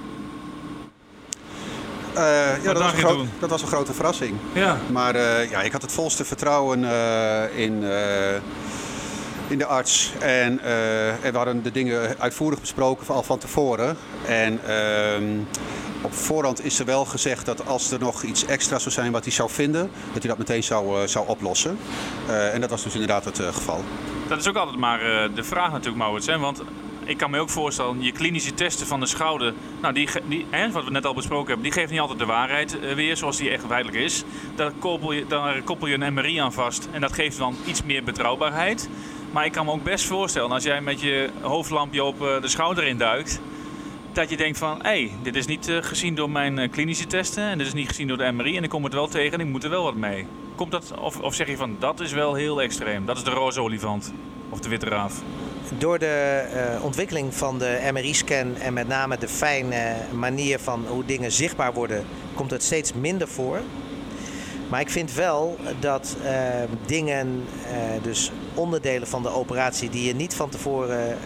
Uh, ja, dat was, een groot, dat was een grote verrassing. Ja. Maar uh, ja, ik had het volste vertrouwen uh, in, uh, in de arts. En, uh, en we hadden de dingen uitvoerig besproken al van tevoren. En uh, op voorhand is er wel gezegd dat als er nog iets extra zou zijn wat hij zou vinden, dat hij dat meteen zou, uh, zou oplossen. Uh, en dat was dus inderdaad het uh, geval. Dat is ook altijd maar uh, de vraag natuurlijk, Maurits. Hè? Want ik kan me ook voorstellen, je klinische testen van de schouder, nou die, die, hè, wat we net al besproken hebben, die geeft niet altijd de waarheid uh, weer zoals die echt feitelijk is. Daar koppel, je, daar koppel je een M R I aan vast en dat geeft dan iets meer betrouwbaarheid. Maar ik kan me ook best voorstellen, als jij met je hoofdlampje op uh, de schouder induikt, dat je denkt van, hé, hey, dit is niet uh, gezien door mijn uh, klinische testen en dit is niet gezien door de M R I en ik kom het wel tegen en ik moet er wel wat mee. Komt dat, of, of zeg je van, dat is wel heel extreem, dat is de roze olifant of de witte raaf? Door de uh, ontwikkeling van de M R I-scan en met name de fijne manier van hoe dingen zichtbaar worden, komt het steeds minder voor. Maar ik vind wel dat uh, dingen, uh, dus onderdelen van de operatie die je niet van tevoren uh,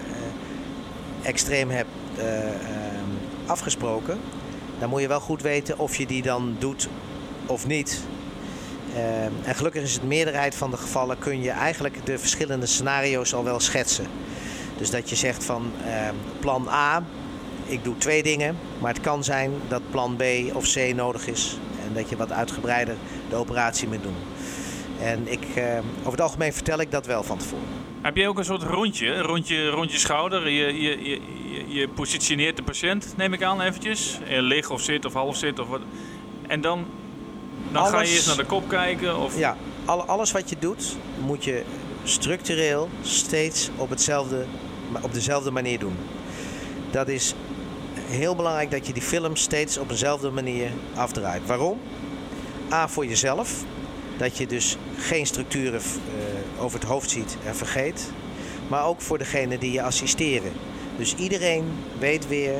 extreem hebt uh, uh, afgesproken, dan moet je wel goed weten of je die dan doet of niet. Uh, en gelukkig is het meerderheid van de gevallen kun je eigenlijk de verschillende scenario's al wel schetsen. Dus dat je zegt van uh, plan A, ik doe twee dingen, maar het kan zijn dat plan B of C nodig is. En dat je wat uitgebreider de operatie moet doen. En ik, uh, over het algemeen vertel ik dat wel van tevoren. Heb je ook een soort rondje, rondje, rondje schouder? Je, je, je, je positioneert de patiënt, neem ik aan eventjes. Lig of zit of half zit of wat. En dan, dan alles, ga je eerst naar de kop kijken? Of? Ja, alle, alles wat je doet moet je structureel steeds op, hetzelfde, op dezelfde manier doen. Dat is heel belangrijk dat je die film steeds op dezelfde manier afdraait. Waarom? A, voor jezelf. Dat je dus geen structuren uh, over het hoofd ziet en vergeet. Maar ook voor degene die je assisteren. Dus iedereen weet weer,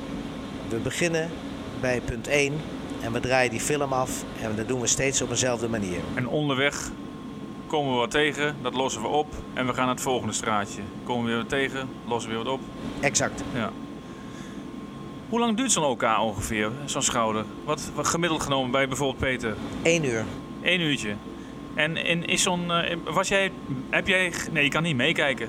we beginnen bij punt één en we draaien die film af en dat doen we steeds op dezelfde manier. En onderweg komen we wat tegen, dat lossen we op en we gaan naar het volgende straatje. Komen we weer wat tegen, lossen we weer wat op. Exact. Ja. Hoe lang duurt zo'n O K ongeveer, zo'n schouder? Wat, wat gemiddeld genomen bij bijvoorbeeld Peter? Eén uur. Eén uurtje. En, en is zo'n, uh, was jij, heb jij, nee je kan niet meekijken.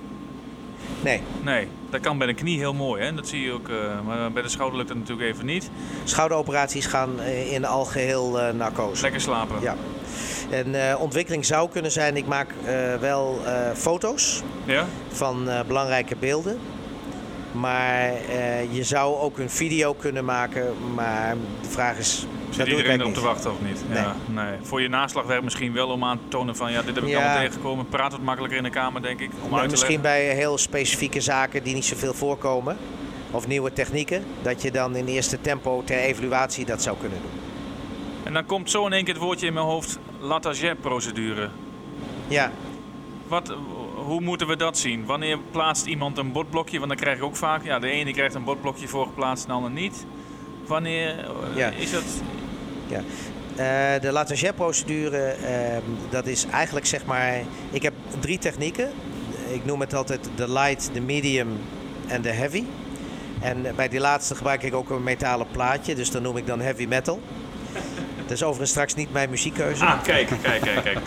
Nee. Nee, dat kan bij de knie heel mooi, hè? Dat zie je ook, uh, maar bij de schouder lukt dat natuurlijk even niet. Schouderoperaties gaan uh, in al geheel uh, narcose. Lekker slapen. Ja. En uh, ontwikkeling zou kunnen zijn, ik maak uh, wel uh, foto's ja? van uh, belangrijke beelden. Maar uh, je zou ook een video kunnen maken, maar de vraag is... Zit iedereen erop te wachten of niet? Nee. Ja, nee. Voor je naslagwerk misschien wel om aan te tonen van ja, dit heb ik ja. allemaal tegengekomen. Praat wat makkelijker in de kamer, denk ik. Om maar uit te misschien leggen. bij heel specifieke zaken die niet zoveel voorkomen. Of nieuwe technieken. Dat je dan in eerste tempo ter evaluatie dat zou kunnen doen. En dan komt zo in één keer het woordje in mijn hoofd. Lataget-procedure. Ja. Wat, hoe moeten we dat zien? Wanneer plaatst iemand een botblokje? Want dan krijg ik ook vaak. Ja, de ene krijgt een botblokje voorgeplaatst, de ander niet. Wanneer ja. is dat... Ja. Uh, de Lataget-procedure, uh, dat is eigenlijk zeg maar... Ik heb drie technieken. Ik noem het altijd de light, de medium en de heavy. En bij die laatste gebruik ik ook een metalen plaatje. Dus dan noem ik dan heavy metal. Dat is overigens straks niet mijn muziekkeuze. Ah, kijk, kijk, kijk, kijk.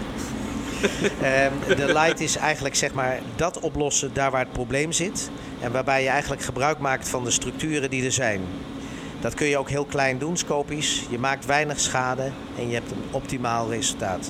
uh, de light is eigenlijk zeg maar dat oplossen daar waar het probleem zit. En waarbij je eigenlijk gebruik maakt van de structuren die er zijn. Dat kun je ook heel klein doen, scopisch. Je maakt weinig schade en je hebt een optimaal resultaat.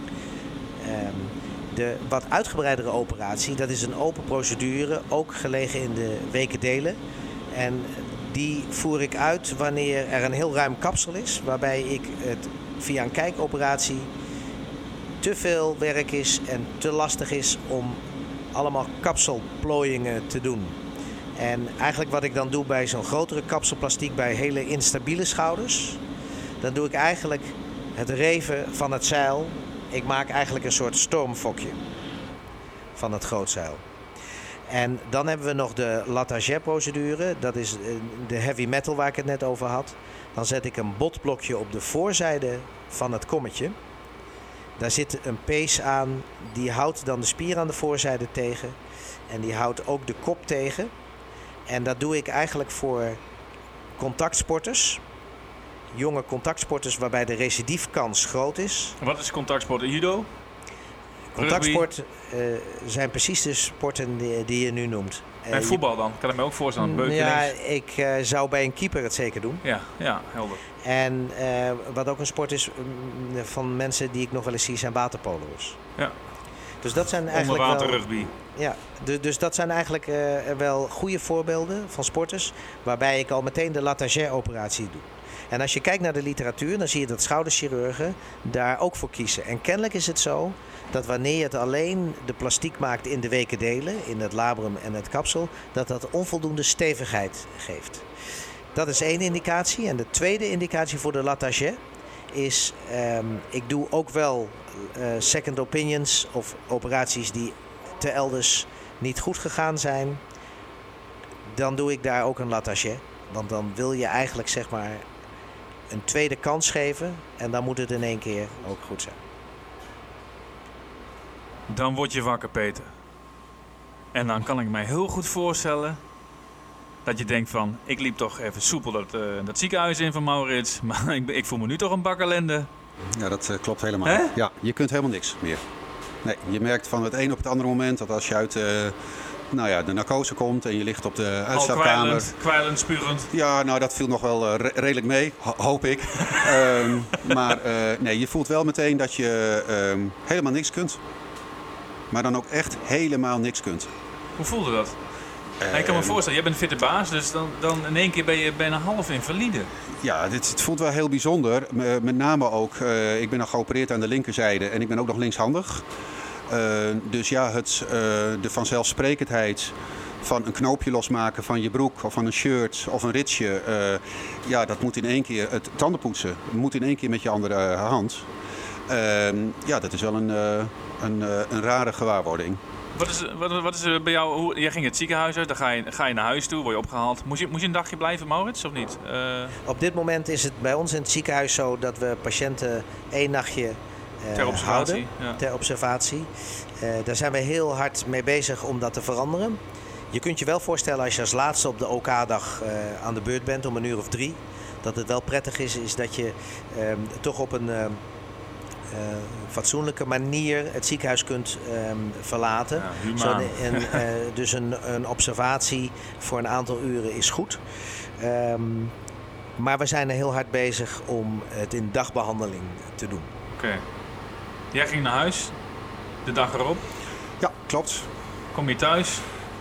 Um, de wat uitgebreidere operatie, dat is een open procedure, ook gelegen in de weken delen. En die voer ik uit wanneer er een heel ruim kapsel is, waarbij ik het via een kijkoperatie te veel werk is en te lastig is om allemaal kapselplooiingen te doen. En eigenlijk wat ik dan doe bij zo'n grotere kapselplastiek, bij hele instabiele schouders, dan doe ik eigenlijk het reven van het zeil. Ik maak eigenlijk een soort stormfokje van het grootzeil. En dan hebben we nog de Latagé procedure. Dat is de heavy metal waar ik het net over had. Dan zet ik een botblokje op de voorzijde van het kommetje. Daar zit een pees aan, die houdt dan de spier aan de voorzijde tegen. En die houdt ook de kop tegen. En dat doe ik eigenlijk voor contactsporters. Jonge contactsporters waarbij de recidiefkans groot is. Wat is contactsport? Judo? Contactsport uh, zijn precies de sporten die, die je nu noemt. Uh, en voetbal dan? Kan ik me ook voorstellen? Beukelings? Ja, ik uh, zou bij een keeper het zeker doen. Ja, ja, helder. En uh, wat ook een sport is um, van mensen die ik nog wel eens zie zijn waterpolo's. Ja. Dus dat zijn eigenlijk Onderwater wel, rugby. Ja, dus, dus dat zijn eigenlijk uh, wel goede voorbeelden van sporters waarbij ik al meteen de Latagé operatie doe. En als je kijkt naar de literatuur, dan zie je dat schouderchirurgen daar ook voor kiezen. En kennelijk is het zo dat wanneer je het alleen de plastiek maakt in de weken delen, in het labrum en het kapsel, dat dat onvoldoende stevigheid geeft. Dat is één indicatie. En de tweede indicatie voor de Latagé is, um, ik doe ook wel uh, second opinions of operaties die te elders niet goed gegaan zijn. Dan doe ik daar ook een Latagé. Want dan wil je eigenlijk zeg maar een tweede kans geven en dan moet het in één keer ook goed zijn. Dan word je wakker, Peter. En dan kan ik mij heel goed voorstellen dat je denkt van, ik liep toch even soepel dat, uh, dat ziekenhuis in van Maurits, maar ik, ik voel me nu toch een bak ellende. Ja, dat uh, klopt helemaal. Hè? Ja, je kunt helemaal niks meer. Nee, je merkt van het een op het andere moment dat als je uit uh, nou ja, de narcose komt en je ligt op de uitslaapkamer. Al kwijlend, kwijlend, spurend. Ja, nou dat viel nog wel uh, re- redelijk mee, ho- hoop ik. um, maar uh, nee, je voelt wel meteen dat je um, helemaal niks kunt. Maar dan ook echt helemaal niks kunt. Hoe voelde dat? Uh, Ja, ik kan me voorstellen, jij bent een fitte baas, dus dan, dan in één keer ben je bijna half invalide. Ja, dit, het voelt wel heel bijzonder. M- met name ook, uh, ik ben nog geopereerd aan de linkerzijde en ik ben ook nog linkshandig. Uh, dus ja, het, uh, de vanzelfsprekendheid van een knoopje losmaken van je broek of van een shirt of een ritsje. Uh, ja, dat moet in één keer, het tandenpoetsen moet in één keer met je andere uh, hand. Uh, ja, dat is wel een, uh, een, uh, een rare gewaarwording. Wat is, wat, wat is er bij jou? Hoe, jij ging het ziekenhuis uit, dan ga je, ga je naar huis toe, word je opgehaald. Moest je, moest je een dagje blijven, Maurits, of niet? Uh, Op dit moment is het bij ons in het ziekenhuis zo dat we patiënten één nachtje uh, ter observatie. houden. Ja. Ter observatie. Uh, daar zijn we heel hard mee bezig om dat te veranderen. Je kunt je wel voorstellen als je als laatste op de O K-dag uh, aan de beurt bent om een uur of drie. Dat het wel prettig is, is dat je uh, toch op een uh, uh, fatsoenlijke manier het ziekenhuis kunt uh, verlaten. Ja, humaan. Zo, en, uh, dus een, een observatie voor een aantal uren is goed. Um, maar we zijn er heel hard bezig om het in dagbehandeling te doen. Oké. Okay. Jij ging naar huis, de dag erop. Ja, klopt. Kom je thuis?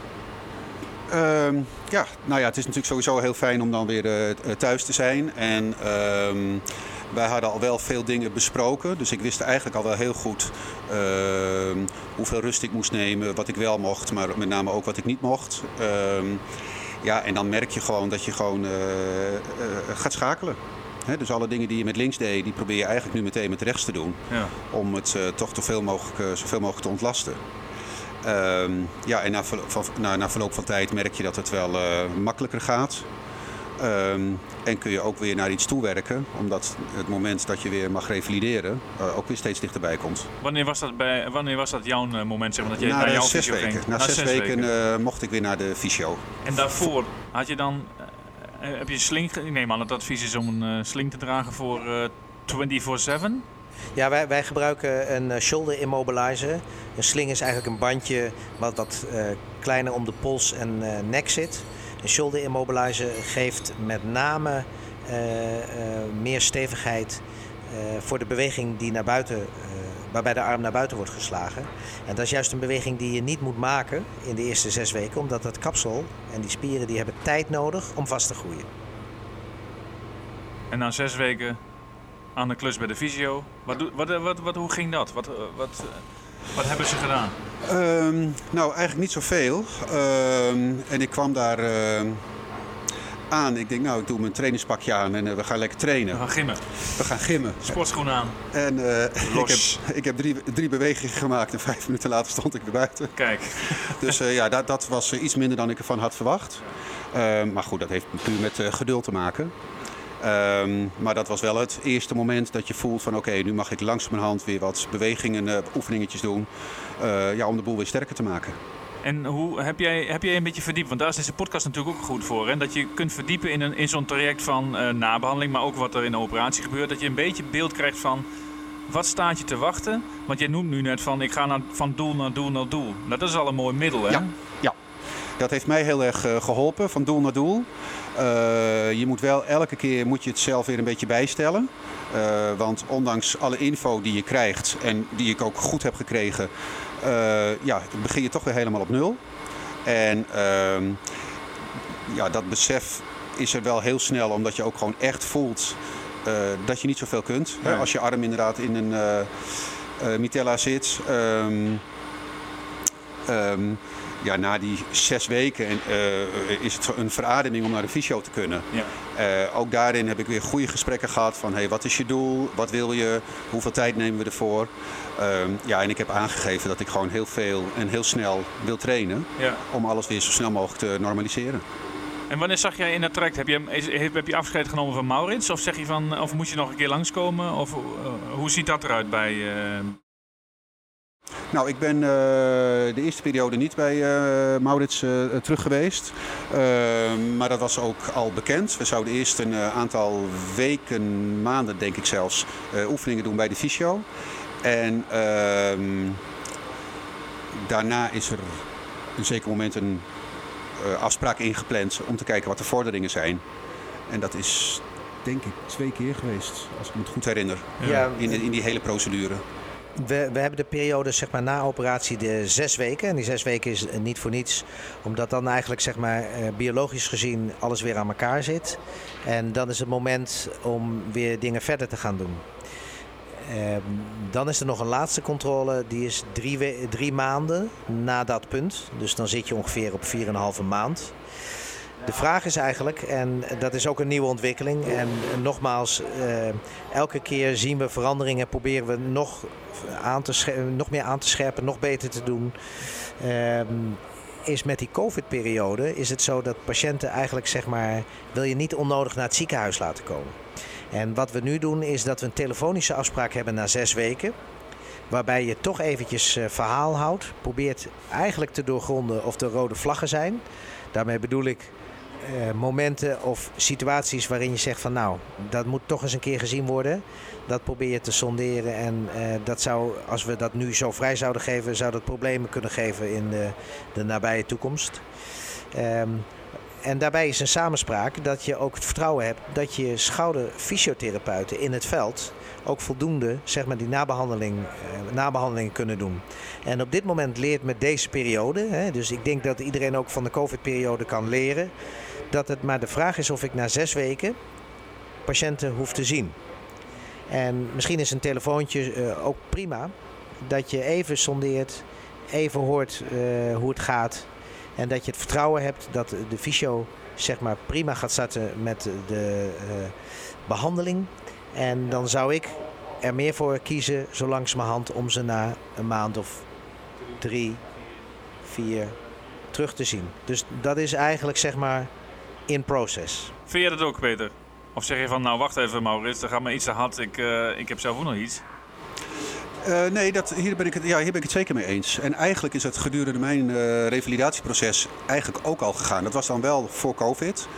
Um, ja, nou ja, het is natuurlijk sowieso heel fijn om dan weer uh, thuis te zijn. En um, wij hadden al wel veel dingen besproken. Dus ik wist eigenlijk al wel heel goed uh, hoeveel rust ik moest nemen, wat ik wel mocht, maar met name ook wat ik niet mocht. Um, ja, en dan merk je gewoon dat je gewoon uh, uh, gaat schakelen. He, dus alle dingen die je met links deed, die probeer je eigenlijk nu meteen met rechts te doen. Ja. Om het uh, toch zoveel mogelijk, uh, zoveel mogelijk te ontlasten. Um, ja, en na, ver, van, na, na verloop van tijd merk je dat het wel uh, makkelijker gaat. Um, en kun je ook weer naar iets toewerken, omdat het moment dat je weer mag revalideren uh, ook weer steeds dichterbij komt. Wanneer was dat, bij, wanneer was dat jouw uh, moment, zeg maar, dat je na naar jouw zes fysio weken. ging? Na, na zes, zes weken, weken. Uh, mocht ik weer naar de fysio. En daarvoor had je dan, uh, heb je een sling, ik neem aan dat het advies is om een uh, sling te dragen voor uh, vierentwintig zeven? Ja, wij, wij gebruiken een shoulder immobilizer. Een sling is eigenlijk een bandje wat wat uh, kleiner om de pols en uh, nek zit. Een shoulder immobilizer geeft met name uh, uh, meer stevigheid uh, voor de beweging die naar buiten, uh, waarbij de arm naar buiten wordt geslagen. En dat is juist een beweging die je niet moet maken in de eerste zes weken, omdat dat kapsel en die spieren die hebben tijd nodig om vast te groeien. En na zes weken aan de klus bij de fysio. Wat, wat, wat, wat, hoe ging dat? Wat, wat, wat hebben ze gedaan? Um, nou, eigenlijk niet zoveel. Um, en ik kwam daar uh, aan. Ik denk, nou, ik doe mijn trainingspakje aan en uh, we gaan lekker trainen. We gaan gimmen. We gaan gimmen. Sportschoenen aan. En uh, ik heb, ik heb drie, drie bewegingen gemaakt en vijf minuten later stond ik er buiten. Kijk. Dus uh, ja, dat, dat was uh, iets minder dan ik ervan had verwacht. Uh, maar goed, dat heeft puur met uh, geduld te maken. Um, maar dat was wel het eerste moment dat je voelt van oké, okay, nu mag ik langzamerhand weer wat bewegingen, uh, oefeningetjes doen. Uh, ja, om de boel weer sterker te maken. En hoe heb jij, heb jij een beetje verdiept? Want daar is deze podcast natuurlijk ook goed voor. Hè? Dat je kunt verdiepen in, een, in zo'n traject van uh, nabehandeling, maar ook wat er in de operatie gebeurt. Dat je een beetje beeld krijgt van wat staat je te wachten. Want jij noemt nu net van ik ga naar, van doel naar doel naar doel. Nou, dat is al een mooi middel, hè? Ja, ja. Dat heeft mij heel erg uh, geholpen, van doel naar doel. Uh, je moet wel elke keer moet je het zelf weer een beetje bijstellen. Uh, want ondanks alle info die je krijgt en die ik ook goed heb gekregen, uh, ja, begin je toch weer helemaal op nul. En uh, ja, dat besef is er wel heel snel, omdat je ook gewoon echt voelt uh, dat je niet zoveel kunt. Nee. Hè? Als je arm inderdaad in een uh, uh, mitella zit. Um, um, Ja, na die zes weken uh, is het een verademing om naar de fysio te kunnen. Ja. Uh, ook daarin heb ik weer goede gesprekken gehad van hey, wat is je doel, wat wil je, hoeveel tijd nemen we ervoor. Uh, ja, en ik heb aangegeven dat ik gewoon heel veel en heel snel wil trainen. Ja. Om alles weer zo snel mogelijk te normaliseren. En wanneer zag jij in dat traject, heb je, heb je afscheid genomen van Maurits? Of, zeg je van, of moet je nog een keer langskomen? Of uh, hoe ziet dat eruit bij... Uh... Nou, ik ben uh, de eerste periode niet bij uh, Maurits uh, terug geweest. Uh, maar dat was ook al bekend. We zouden eerst een uh, aantal weken, maanden denk ik zelfs, uh, oefeningen doen bij de fysio. En uh, daarna is er een zeker moment een uh, afspraak ingepland om te kijken wat de vorderingen zijn. En dat is denk ik twee keer geweest, als ik me het goed herinner, ja. in, in die hele procedure. We, we hebben de periode zeg maar, na operatie de zes weken. En die zes weken is niet voor niets. Omdat dan eigenlijk zeg maar, uh, biologisch gezien alles weer aan elkaar zit. En dan is het moment om weer dingen verder te gaan doen. Uh, dan is er nog een laatste controle. Die is drie, we- drie maanden na dat punt. Dus dan zit je ongeveer op vier en een halve maand. De vraag is eigenlijk, en dat is ook een nieuwe ontwikkeling. En nogmaals, uh, elke keer zien we veranderingen. Proberen we nog, aan te scher- nog meer aan te scherpen, nog beter te doen. Uh, is met die COVID-periode is het zo dat patiënten eigenlijk zeg maar, wil je niet onnodig naar het ziekenhuis laten komen. En wat we nu doen is dat we een telefonische afspraak hebben na zes weken. Waarbij je toch eventjes uh, verhaal houdt. Probeert eigenlijk te doorgronden of er rode vlaggen zijn. Daarmee bedoel ik uh, momenten of situaties waarin je zegt van nou, dat moet toch eens een keer gezien worden. Dat probeer je te sonderen en uh, dat zou, als we dat nu zo vrij zouden geven, zou dat problemen kunnen geven in de, de nabije toekomst. Um, En daarbij is een samenspraak dat je ook het vertrouwen hebt dat je schouderfysiotherapeuten in het veld ook voldoende zeg maar, die nabehandeling, eh, nabehandeling kunnen doen. En op dit moment leert met deze periode, hè, dus ik denk dat iedereen ook van de COVID-periode kan leren, dat het maar de vraag is of ik na zes weken patiënten hoef te zien. En misschien is een telefoontje uh, ook prima, dat je even sondeert, even hoort uh, hoe het gaat. En dat je het vertrouwen hebt dat de fysio zeg maar, prima gaat starten met de uh, behandeling. En dan zou ik er meer voor kiezen, zo langzamerhand, om ze na een maand of drie, vier terug te zien. Dus dat is eigenlijk zeg maar in process. Vind jij dat ook, Peter? Of zeg je van, nou wacht even Maurits, dat gaat me iets te hard. Ik, uh, ik heb zelf ook nog iets. Uh, nee, dat, hier, ben ik het, ja, hier ben ik het zeker mee eens. En eigenlijk is het gedurende mijn uh, revalidatieproces eigenlijk ook al gegaan. Dat was dan wel voor COVID.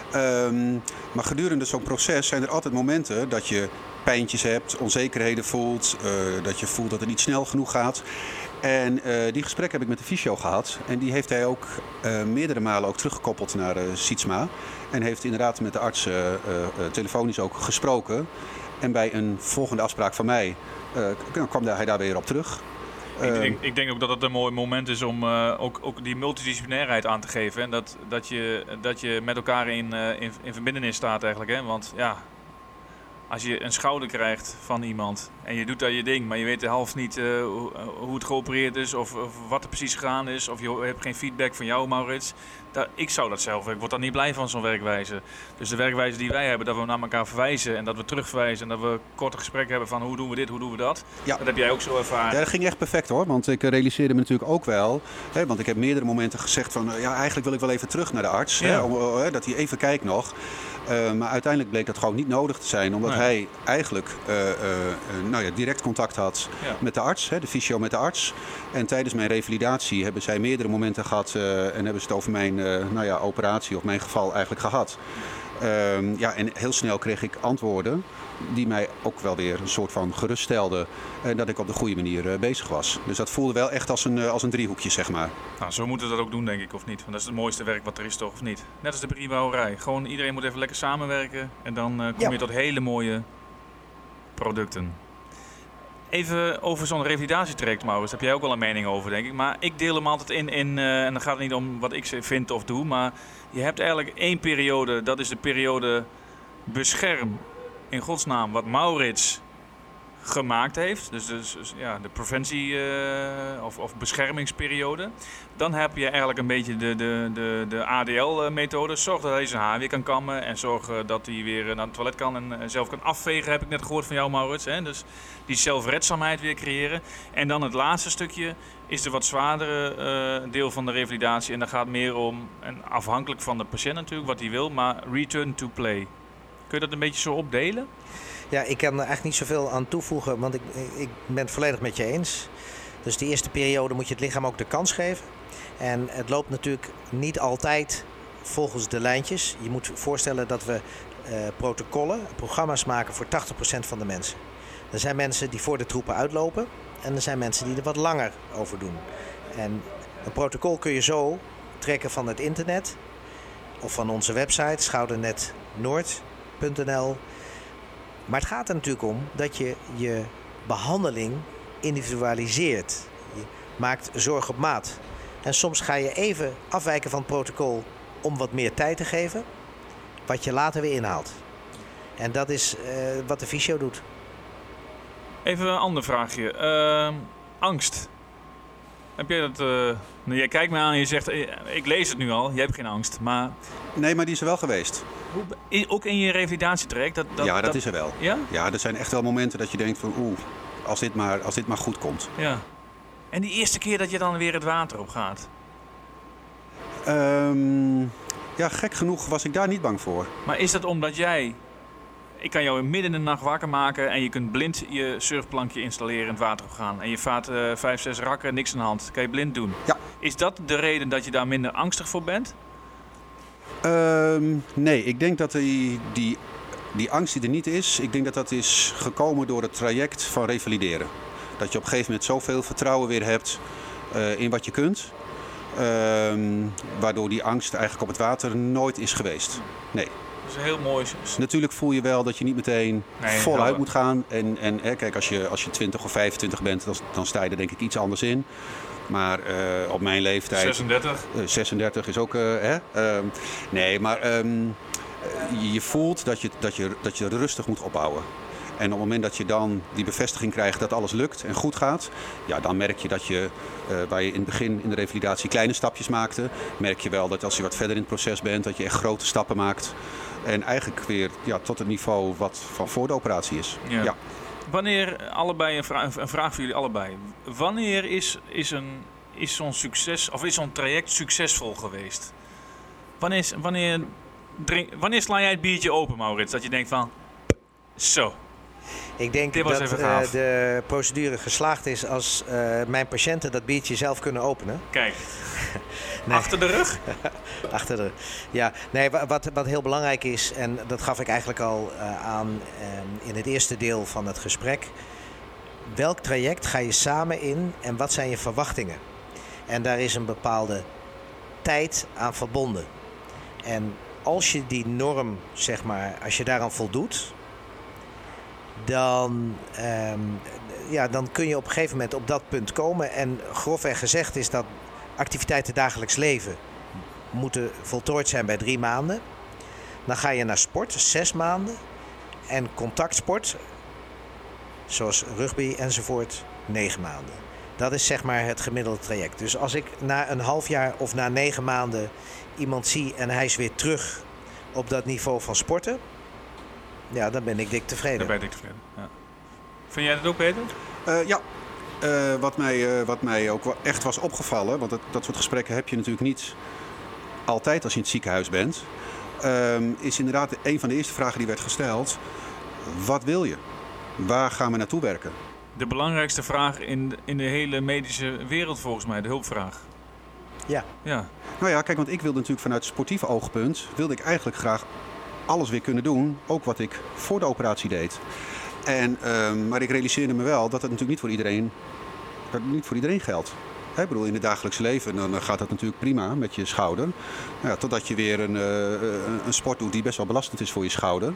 Um, maar gedurende zo'n proces zijn er altijd momenten dat je pijntjes hebt, onzekerheden voelt. Uh, dat je voelt dat het niet snel genoeg gaat. En uh, die gesprekken heb ik met de fysio gehad. En die heeft hij ook uh, meerdere malen ook teruggekoppeld naar uh, Sietsma. En heeft inderdaad met de arts uh, uh, telefonisch ook gesproken. En bij een volgende afspraak van mij uh, kwam hij daar weer op terug. Ik denk, ik denk ook dat het een mooi moment is om uh, ook, ook die multidisciplinairheid aan te geven. En dat, dat, je, dat je met elkaar in, uh, in, in verbindenis staat eigenlijk. Hè? Want ja, als je een schouder krijgt van iemand en je doet daar je ding, maar je weet de helft niet uh, hoe, hoe het geopereerd is of, of wat er precies gegaan is, of je hebt geen feedback van jou, Maurits. Dat, ik zou dat zelf, ik word daar niet blij van, zo'n werkwijze. Dus de werkwijze die wij hebben, dat we naar elkaar verwijzen en dat we terugverwijzen en dat we korte gesprekken hebben van hoe doen we dit, hoe doen we dat. Ja. Dat heb jij ook zo ervaren. Ja, dat ging echt perfect hoor, want ik realiseerde me natuurlijk ook wel, hè, want ik heb meerdere momenten gezegd van, uh, ja eigenlijk wil ik wel even terug naar de arts, Ja. hè, om, uh, dat hij even kijkt nog. Uh, maar uiteindelijk bleek dat gewoon niet nodig te zijn, omdat Nee. hij eigenlijk uh, uh, uh, nou ja, direct contact had Ja. met de arts, hè, de fysio met de arts. En tijdens mijn revalidatie hebben zij meerdere momenten gehad uh, en hebben ze het over mijn uh, nou ja, operatie of mijn geval eigenlijk gehad. Uh, ja, en heel snel kreeg ik antwoorden die mij ook wel weer een soort van geruststelden en dat ik op de goede manier uh, bezig was. Dus dat voelde wel echt als een, uh, als een driehoekje, zeg maar. Nou, zo moeten we dat ook doen, denk ik, of niet? Want dat is het mooiste werk wat er is, toch, of niet? Net als de briefbouwerij. Gewoon iedereen moet even lekker samenwerken en dan uh, kom Ja. je tot hele mooie producten. Even over zo'n revalidatietraject, Maurits. Daar heb jij ook wel een mening over, denk ik. Maar ik deel hem altijd in, in uh, en dan gaat het niet om wat ik vind of doe, maar je hebt eigenlijk één periode, dat is de periode bescherm, in godsnaam, wat Maurits gemaakt heeft. Dus, dus, dus ja, de preventie uh, of, of beschermingsperiode. Dan heb je eigenlijk een beetje de, de, de, de A D L-methode. Zorg dat hij zijn haar weer kan kammen en zorg uh, dat hij weer naar het toilet kan en uh, zelf kan afvegen, heb ik net gehoord van jou, Maurits. Hè? Dus die zelfredzaamheid weer creëren. En dan het laatste stukje is de wat zwaardere uh, deel van de revalidatie. En daar gaat meer om, en afhankelijk van de patiënt natuurlijk, wat hij wil, maar return to play. Kun je dat een beetje zo opdelen? Ja, ik kan er eigenlijk niet zoveel aan toevoegen, want ik, ik ben het volledig met je eens. Dus de eerste periode moet je het lichaam ook de kans geven. En het loopt natuurlijk niet altijd volgens de lijntjes. Je moet je voorstellen dat we uh, protocollen, programma's maken voor tachtig procent van de mensen. Er zijn mensen die voor de troepen uitlopen en er zijn mensen die er wat langer over doen. En een protocol kun je zo trekken van het internet of van onze website schoudernet noord punt n l. Maar het gaat er natuurlijk om dat je je behandeling individualiseert. Je maakt zorg op maat. En soms ga je even afwijken van het protocol om wat meer tijd te geven, wat je later weer inhaalt. En dat is uh, wat de fysio doet. Even een ander vraagje. Uh, angst. Heb jij dat... Uh, nou, jij kijkt me aan en je zegt, ik lees het nu al, jij hebt geen angst. Maar Nee, maar die is er wel geweest. hoe, i- ook in je revalidatietraject? Dat, dat, ja, dat, is er wel. Ja? Ja, er zijn echt wel momenten dat je denkt van oeh, als dit maar, als dit maar goed komt. Ja. En die eerste keer dat je dan weer het water op gaat? Um, ja, gek genoeg was ik daar niet bang voor. Maar is dat omdat jij... Ik kan jou midden in de nacht wakker maken en je kunt blind je surfplankje installeren in het water op gaan. En je vaart uh, vijf, zes rakken, niks aan de hand. Kan je blind doen. Ja. Is dat de reden dat je daar minder angstig voor bent? Um, nee, ik denk dat die, die, die angst die er niet is, ik denk dat dat is gekomen door het traject van revalideren. Dat je op een gegeven moment zoveel vertrouwen weer hebt uh, in wat je kunt. Um, waardoor die angst eigenlijk op het water nooit is geweest. Nee. Dat is heel mooi. Natuurlijk voel je wel dat je niet meteen Nee, voluit helder. moet gaan. En, en hè, kijk, als je, als je twintig of vijfentwintig bent, dan, dan sta je er denk ik iets anders in. Maar uh, op mijn leeftijd... zesendertig. Uh, zesendertig is ook... Uh, hè? Uh, nee, maar um, je, je voelt dat je, dat, je, dat je rustig moet opbouwen. En op het moment dat je dan die bevestiging krijgt dat alles lukt en goed gaat, ja, dan merk je dat je, uh, waar je in het begin in de revalidatie kleine stapjes maakte, merk je wel dat als je wat verder in het proces bent, dat je echt grote stappen maakt. En eigenlijk weer ja, tot het niveau wat van voor de operatie is. Ja. Ja. Wanneer, allebei een vraag, een vraag voor jullie allebei. Wanneer is, is, een, is zo'n succes, of is zo'n traject succesvol geweest? Wanneer, is- wanneer, drink, wanneer sla jij het biertje open, Maurits? Dat je denkt van, zo. Ik denk Dit was dat even uh, gaaf. de procedure geslaagd is als uh, mijn patiënten dat biertje zelf kunnen openen. Kijk, Nee. achter de rug. Achter de. Ja, nee, wa- wat, wat heel belangrijk is, en dat gaf ik eigenlijk al uh, aan um, in het eerste deel van het gesprek. Welk traject ga je samen in en wat zijn je verwachtingen? En daar is een bepaalde tijd aan verbonden. En als je die norm, zeg maar, als je daaraan voldoet, dan, um, ja, dan kun je op een gegeven moment op dat punt komen. En grofweg gezegd is dat activiteiten dagelijks leven moeten voltooid zijn bij drie maanden. Dan ga je naar sport, zes maanden. En contactsport, zoals rugby enzovoort, negen maanden. Dat is zeg maar het gemiddelde traject. Dus als ik na een half jaar of na negen maanden iemand zie en hij is weer terug op dat niveau van sporten, ja, dan ben ik dik tevreden. Dan ben ik dik tevreden, ja. Vind jij dat ook, Peter? Uh, ja, uh, wat, mij, uh, wat mij ook echt was opgevallen, want dat, dat soort gesprekken heb je natuurlijk niet altijd als je in het ziekenhuis bent, uh, is inderdaad een van de eerste vragen die werd gesteld: wat wil je? Waar gaan we naartoe werken? De belangrijkste vraag in de, in de hele medische wereld volgens mij, de hulpvraag. Ja. Ja. Nou ja, kijk, want ik wilde natuurlijk vanuit sportief oogpunt, wilde ik eigenlijk graag alles weer kunnen doen, ook wat ik voor de operatie deed. En, uh, maar ik realiseerde me wel dat het natuurlijk niet voor iedereen, dat het niet voor iedereen geldt. He, ik bedoel, in het dagelijks leven dan gaat dat natuurlijk prima met je schouder. Nou ja, totdat je weer een, uh, een sport doet die best wel belastend is voor je schouder.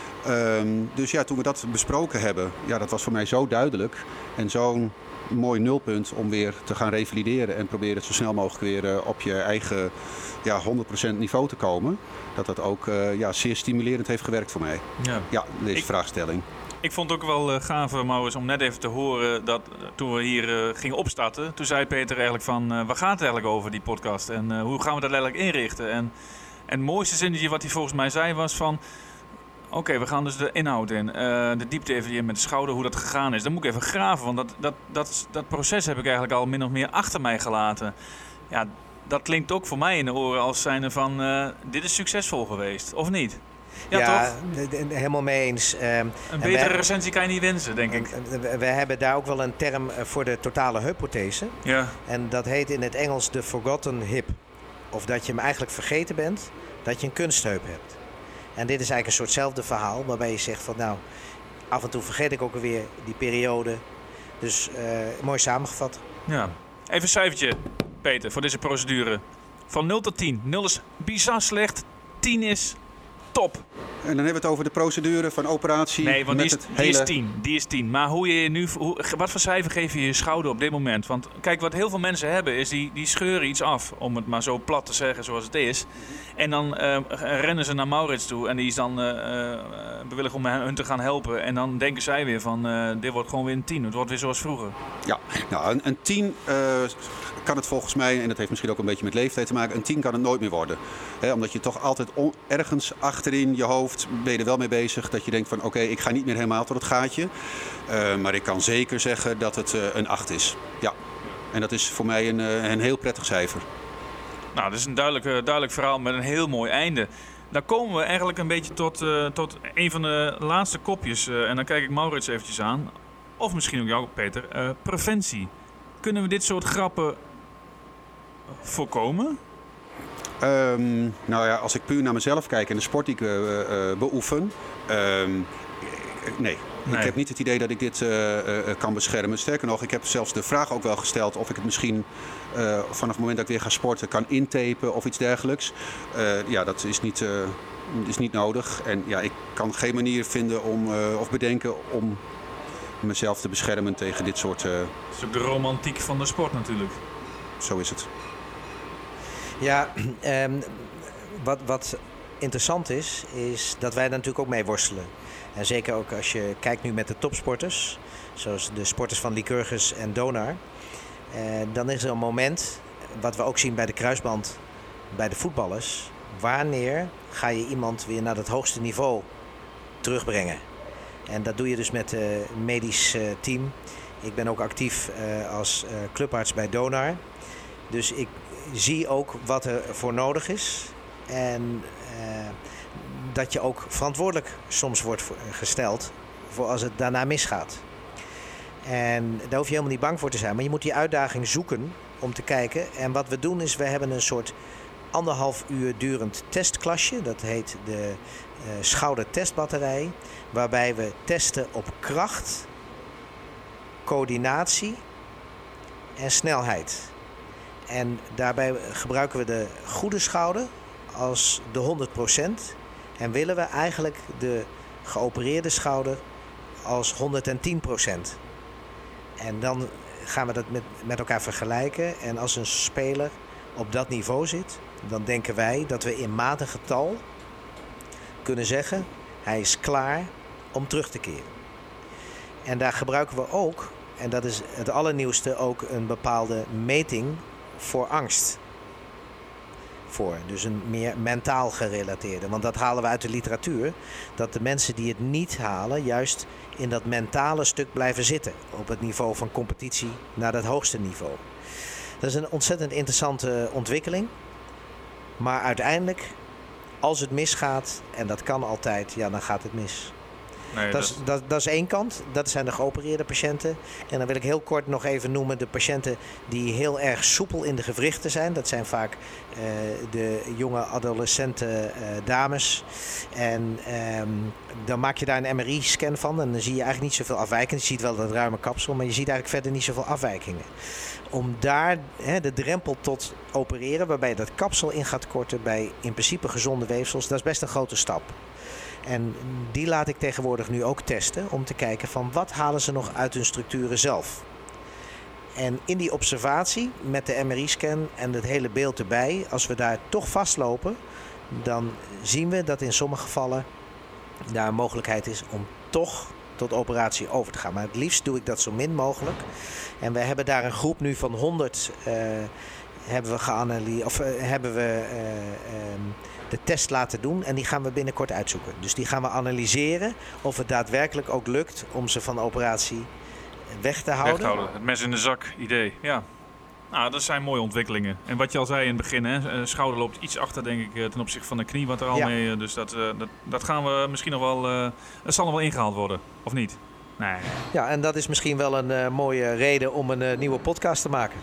Um, dus ja, toen we dat besproken hebben, ja, dat was voor mij zo duidelijk. En zo'n mooi nulpunt om weer te gaan revalideren en proberen het zo snel mogelijk weer uh, op je eigen ja, honderd procent niveau te komen. Dat dat ook uh, ja, zeer stimulerend heeft gewerkt voor mij. Ja, ja deze ik... vraagstelling. Ik vond het ook wel uh, gaaf, Maurits, om net even te horen dat uh, toen we hier uh, gingen opstarten, toen zei Peter eigenlijk van, uh, waar gaat het eigenlijk over, die podcast? En uh, hoe gaan we dat eigenlijk inrichten? En, en het mooiste zinnetje wat hij volgens mij zei was van, oké, okay, we gaan dus de inhoud in, uh, de diepte even in met de schouder, hoe dat gegaan is. Dan moet ik even graven, want dat, dat, dat, dat proces heb ik eigenlijk al min of meer achter mij gelaten. Ja, dat klinkt ook voor mij in de oren als zijnde van, uh, dit is succesvol geweest, of niet? Ja, ja, toch? D- d- helemaal mee eens. Uh, een betere we, recensie kan je niet wensen, denk ik. We, we hebben daar ook wel een term voor de totale heuprothese. Ja. En dat heet in het Engels de forgotten hip. Of dat je hem eigenlijk vergeten bent, dat je een kunstheup hebt. En dit is eigenlijk een soortzelfde verhaal, waarbij je zegt van nou, af en toe vergeet ik ook weer die periode. Dus uh, mooi samengevat. Ja. Even een cijfertje, Peter, voor deze procedure. Van nul tot tien. nul is bizar slecht, tien is top. En dan hebben we het over de procedure van operatie. Nee, want met die, is, het die hele... is tien. Die is tien. Maar hoe je nu, hoe, wat voor cijfer geef je je schouder op dit moment? Want kijk, wat heel veel mensen hebben is die, die scheuren iets af. Om het maar zo plat te zeggen zoals het is. En dan uh, rennen ze naar Maurits toe. En die is dan uh, uh, bewillig om hun te gaan helpen. En dan denken zij weer van, uh, dit wordt gewoon weer een tien. Het wordt weer zoals vroeger. Ja, nou een, een tien uh, kan het volgens mij, en dat heeft misschien ook een beetje met leeftijd te maken. Een tien kan het nooit meer worden. He, omdat je toch altijd on, ergens achterin je hoofd ben je er wel mee bezig. Dat je denkt van oké, okay, ik ga niet meer helemaal tot het gaatje. Uh, maar ik kan zeker zeggen dat het uh, een acht is. Ja. En dat is voor mij een, uh, een heel prettig cijfer. Nou, dat is een duidelijk, uh, duidelijk verhaal met een heel mooi einde. Dan komen we eigenlijk een beetje tot, uh, tot een van de laatste kopjes. Uh, en dan kijk ik Maurits eventjes aan. Of misschien ook jou, Peter. Uh, preventie. Kunnen we dit soort grappen voorkomen? Um, nou ja, als ik puur naar mezelf kijk en de sport die ik uh, uh, beoefen... Um, nee. Nee. Ik heb niet het idee dat ik dit uh, uh, kan beschermen. Sterker nog, ik heb zelfs de vraag ook wel gesteld of ik het misschien uh, vanaf het moment dat ik weer ga sporten kan intapen of iets dergelijks. Uh, ja, dat is niet, uh, is niet nodig. En ja, ik kan geen manier vinden om, uh, of bedenken om mezelf te beschermen tegen dit soort... Uh... Dat is ook de romantiek van de sport natuurlijk. Zo is het. Ja, um, wat, wat interessant is, is dat wij daar natuurlijk ook mee worstelen. En zeker ook als je kijkt nu met de topsporters, zoals de sporters van Lycurgus en Donar. Eh, dan is er een moment, wat we ook zien bij de kruisband, bij de voetballers. Wanneer ga je iemand weer naar het hoogste niveau terugbrengen? En dat doe je dus met het uh, medisch uh, team. Ik ben ook actief uh, als uh, clubarts bij Donar. Dus ik zie ook wat er voor nodig is. En uh, dat je ook verantwoordelijk soms wordt gesteld voor als het daarna misgaat. En daar hoef je helemaal niet bang voor te zijn. Maar je moet die uitdaging zoeken om te kijken. En wat we doen is, we hebben een soort anderhalf uur durend testklasje. Dat heet de uh, schoudertestbatterij. Waarbij we testen op kracht, coördinatie en snelheid. En daarbij gebruiken we de goede schouder als de honderd procent. En willen we eigenlijk de geopereerde schouder als honderdtien procent. En dan gaan we dat met, met elkaar vergelijken. En als een speler op dat niveau zit, dan denken wij dat we in matengetal kunnen zeggen, hij is klaar om terug te keren. En daar gebruiken we ook, en dat is het allernieuwste, ook een bepaalde meting voor angst. Voor. Dus een meer mentaal gerelateerde. Want dat halen we uit de literatuur. Dat de mensen die het niet halen juist in dat mentale stuk blijven zitten. Op het niveau van competitie naar dat hoogste niveau. Dat is een ontzettend interessante ontwikkeling. Maar uiteindelijk, als het misgaat, en dat kan altijd, ja, dan gaat het mis. Nee, dat, is, dat, dat is één kant. Dat zijn de geopereerde patiënten. En dan wil ik heel kort nog even noemen de patiënten die heel erg soepel in de gewrichten zijn. Dat zijn vaak uh, de jonge adolescente uh, dames. En um, dan maak je daar een M R I-scan van. En dan zie je eigenlijk niet zoveel afwijkingen. Je ziet wel dat ruime kapsel, maar je ziet eigenlijk verder niet zoveel afwijkingen. Om daar he, de drempel tot opereren, waarbij je dat kapsel in gaat korten bij in principe gezonde weefsels, dat is best een grote stap. En die laat ik tegenwoordig nu ook testen om te kijken van wat halen ze nog uit hun structuren zelf. En in die observatie met de M R I-scan en het hele beeld erbij, als we daar toch vastlopen, dan zien we dat in sommige gevallen daar een mogelijkheid is om toch tot operatie over te gaan. Maar het liefst doe ik dat zo min mogelijk. En we hebben daar een groep nu van honderd uh, hebben we geanalyseerd, of uh, hebben we uh, um, de test laten doen en die gaan we binnenkort uitzoeken. Dus die gaan we analyseren of het daadwerkelijk ook lukt om ze van de operatie weg te houden. Weghouden. Het mes in de zak idee, ja. Nou, dat zijn mooie ontwikkelingen. En wat je al zei in het begin, hè, schouder loopt iets achter, denk ik, ten opzichte van de knie, wat er al ja. mee. Dus dat, uh, dat, dat gaan we misschien nog wel. Uh, het zal nog wel ingehaald worden, of niet? Nee. Ja, en dat is misschien wel een uh, mooie reden om een uh, nieuwe podcast te maken.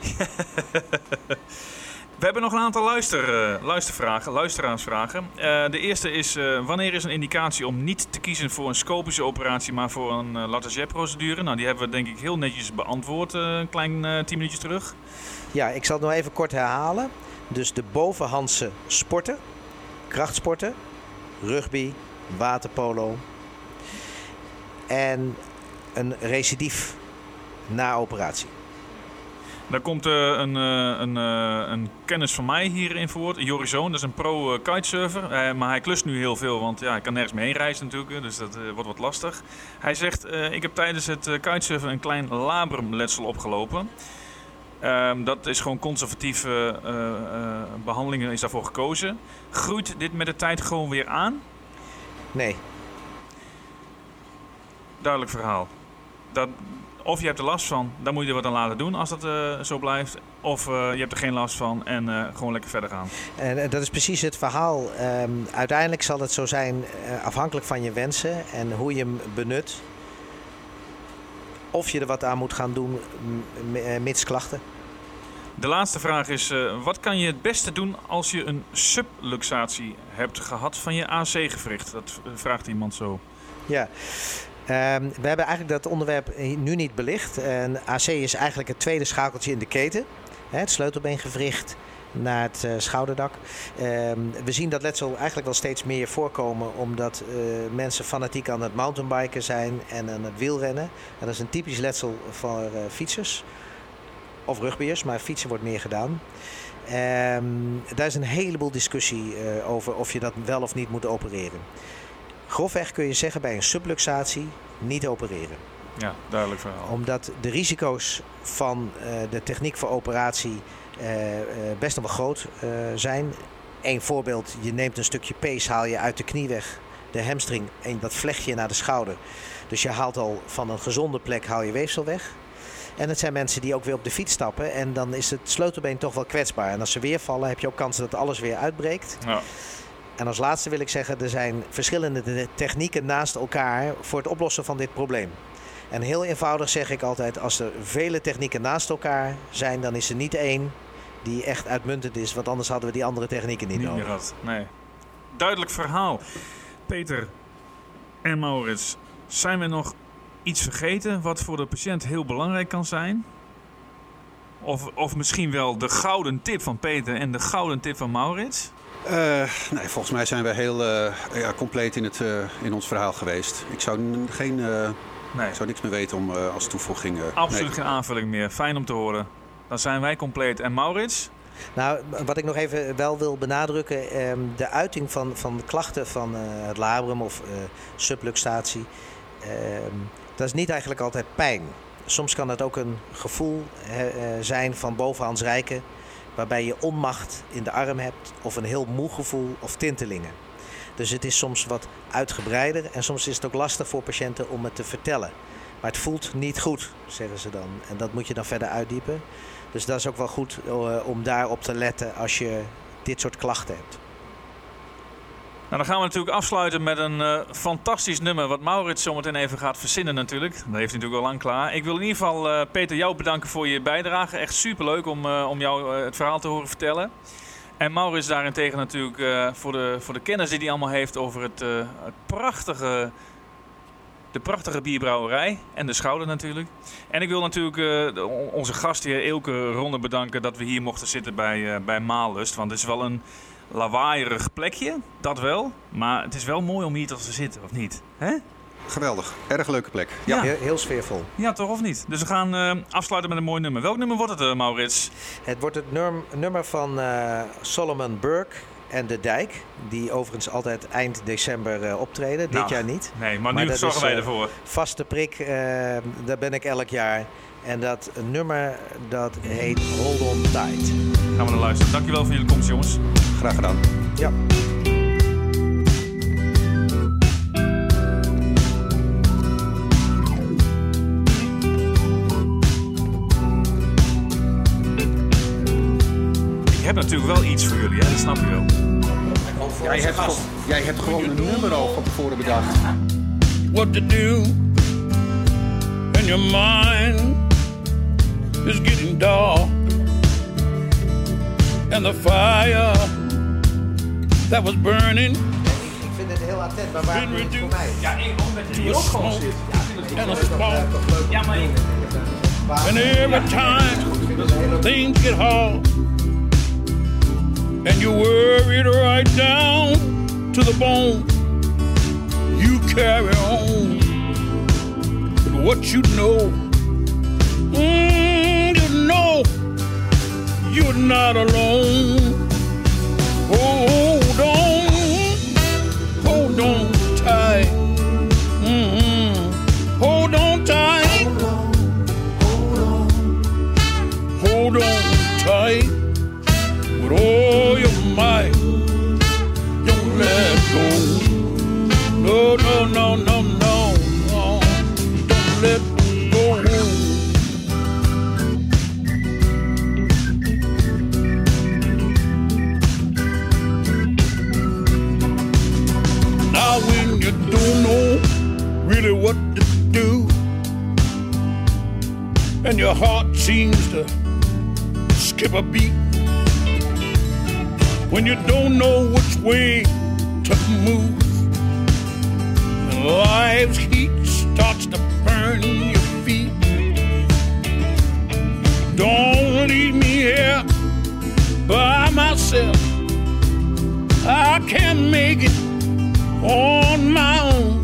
We hebben nog een aantal luister, uh, luistervragen, luisteraarsvragen. Uh, de eerste is, uh, wanneer is een indicatie om niet te kiezen voor een scopische operatie, maar voor een uh, Latarjet-procedure? Nou, die hebben we denk ik heel netjes beantwoord, uh, een klein uh, tien minuutjes terug. Ja, ik zal het nog even kort herhalen. Dus de bovenhandse sporten, krachtsporten, rugby, waterpolo en een recidief na operatie. Daar komt uh, een, uh, een, uh, een kennis van mij hierin voor. Joris Zoon, dat is een pro-kitesurfer. Uh, maar hij klust nu heel veel, want ja, hij kan nergens mee heen reizen natuurlijk. Dus dat uh, wordt wat lastig. Hij zegt, uh, ik heb tijdens het uh, kitesurfen een klein labrumletsel opgelopen. Um, dat is gewoon conservatieve uh, uh, behandelingen is daarvoor gekozen. Groeit dit met de tijd gewoon weer aan? Nee. Duidelijk verhaal. Dat... Of je hebt er last van, dan moet je er wat aan laten doen als dat uh, zo blijft. Of uh, je hebt er geen last van en uh, gewoon lekker verder gaan. En uh, dat is precies het verhaal. Um, uiteindelijk zal het zo zijn, uh, afhankelijk van je wensen en hoe je hem benut. Of je er wat aan moet gaan doen, m- m- mits klachten. De laatste vraag is, uh, wat kan je het beste doen als je een subluxatie hebt gehad van je A C-gewricht? Dat vraagt iemand zo. Ja. Um, we hebben eigenlijk dat onderwerp nu niet belicht. En A C is eigenlijk het tweede schakeltje in de keten. Hè, het sleutelbeengewricht naar het uh, schouderdak. Um, we zien dat letsel eigenlijk wel steeds meer voorkomen omdat uh, mensen fanatiek aan het mountainbiken zijn en aan het wielrennen. En dat is een typisch letsel voor uh, fietsers of rugbyers, maar fietsen wordt meer gedaan. Um, daar is een heleboel discussie uh, over of je dat wel of niet moet opereren. Grofweg kun je zeggen bij een subluxatie niet opereren. Ja, duidelijk verhaal. Omdat de risico's van uh, de techniek voor operatie uh, uh, best nog wel groot uh, zijn. Eén voorbeeld, je neemt een stukje pees, haal je uit de knie weg, de hamstring, en dat vlecht je naar de schouder. Dus je haalt al van een gezonde plek haal je weefsel weg. En het zijn mensen die ook weer op de fiets stappen en dan is het sleutelbeen toch wel kwetsbaar. En als ze weer vallen heb je ook kans dat alles weer uitbreekt. Ja. En als laatste wil ik zeggen, er zijn verschillende technieken naast elkaar voor het oplossen van dit probleem. En heel eenvoudig zeg ik altijd, als er vele technieken naast elkaar zijn, dan is er niet één die echt uitmuntend is. Want anders hadden we die andere technieken niet, niet nodig. Meer had. Nee. Duidelijk verhaal. Peter en Maurits, zijn we nog iets vergeten wat voor de patiënt heel belangrijk kan zijn? Of, of misschien wel de gouden tip van Peter en de gouden tip van Maurits? Uh, nee, volgens mij zijn we heel uh, ja, compleet in, het, uh, in ons verhaal geweest. Ik zou, n- geen, uh, nee. ik zou niks meer weten om uh, als toevoeging. Uh, Absoluut nee. geen aanvulling meer. Fijn om te horen. Dan zijn wij compleet. En Maurits? Nou, wat ik nog even wel wil benadrukken, um, de uiting van, van klachten van uh, het labrum of uh, subluxatie uh, dat is niet eigenlijk altijd pijn. Soms kan het ook een gevoel uh, zijn van bovenhands rijken, waarbij je onmacht in de arm hebt of een heel moe gevoel of tintelingen. Dus het is soms wat uitgebreider en soms is het ook lastig voor patiënten om het te vertellen. Maar het voelt niet goed, zeggen ze dan. En dat moet je dan verder uitdiepen. Dus dat is ook wel goed uh, om daarop te letten als je dit soort klachten hebt. Nou, dan gaan we natuurlijk afsluiten met een uh, fantastisch nummer wat Maurits zometeen even gaat verzinnen natuurlijk. Dat heeft hij natuurlijk al lang klaar. Ik wil in ieder geval, uh, Peter, jou bedanken voor je bijdrage. Echt superleuk om, uh, om jou uh, het verhaal te horen vertellen. En Maurits daarentegen natuurlijk uh, voor, de, voor de kennis die hij allemaal heeft over het, uh, het prachtige, de prachtige bierbrouwerij en de Schouder natuurlijk. En ik wil natuurlijk uh, de, onze gastheer Eelke Ronde bedanken dat we hier mochten zitten bij, uh, bij Maallust. Want het is wel een lawaaierig plekje, dat wel. Maar het is wel mooi om hier te zitten, of niet? Hè? Geweldig. Erg leuke plek. Ja, ja. Heel, heel sfeervol. Ja, toch of niet? Dus we gaan uh, afsluiten met een mooi nummer. Welk nummer wordt het, uh, Maurits? Het wordt het num- nummer van uh, Solomon Burke en De Dijk. Die overigens altijd eind december uh, optreden. Nou, dit jaar niet. Nee, maar, maar nu zorgen is, wij uh, ervoor. Vaste prik, uh, daar ben ik elk jaar. En dat nummer dat heet Hold On Tight. Gaan we naar luisteren. Dankjewel voor jullie komst, jongens. Graag gedaan. Ja. Ik heb natuurlijk wel iets voor jullie, hè? Dat snap je wel. Jij hebt, gewoon, jij hebt gewoon een nummer al van tevoren bedacht. What to do when your mind is getting dark and the fire that was burning. Ik vind het heel attent, maar waarom niet voor mij? Ja, ik hoop met to a smoke and a spark. Ja, maar ik... And every time things get hard and you're worried right down to the bone, you carry on with what you know. Mm, you know you're not alone. Hold on, hold on tight. Mm-hmm. Hold on tight. Hold on tight with all your might. Don't let go. No, no, no, no, no. no. Don't let go. Now when you don't know really what to do and your heart seems to skip a beat, when you don't know which way to move and life's heat starts to burn your feet, don't leave me here by myself. I can't make it on my own.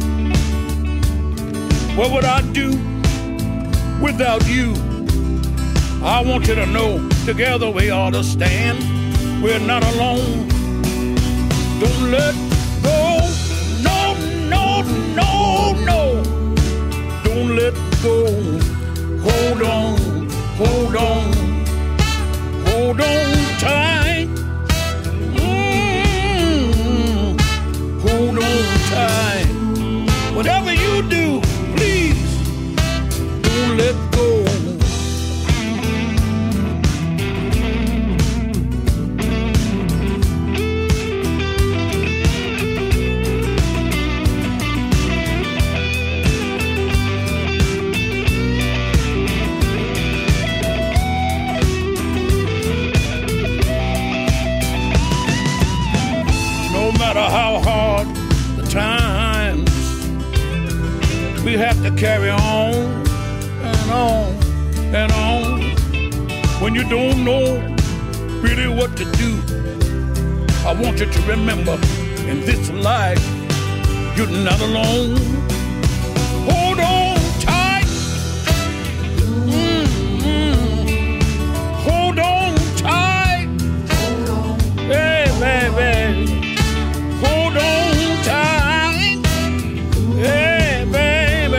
What would I do without you? I want you to know, together we ought to stand. We're not alone. Don't let go. No, no, no, no. Don't let go. Hold on, hold on, hold on tight. Mm, hold on tight. Whatever you do, please don't let go. No matter how hard the times, we have to carry on and on and on. When you don't know really what to do, I want you to remember, in this life, you're not alone. Hold on tight. Mm-hmm. Hold on tight. Hey, baby. Hold on tight. Hey, baby.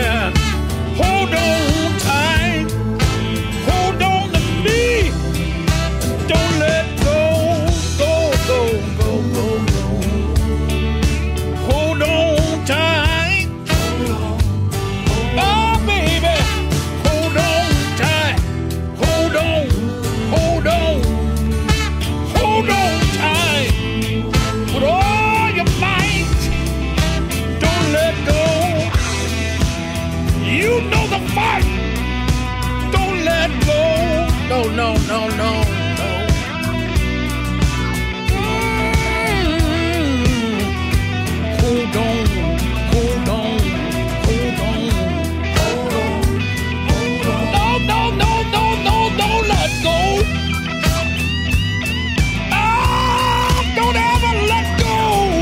You know the fight. Don't let go. No, no, no, no, no. Mm-hmm. Hold on, hold on, hold on, hold on, hold on. No, no, no, no, no, don't let go. Ah, don't ever let go.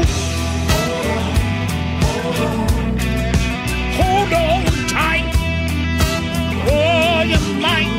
Hold on tight. Oh, you might.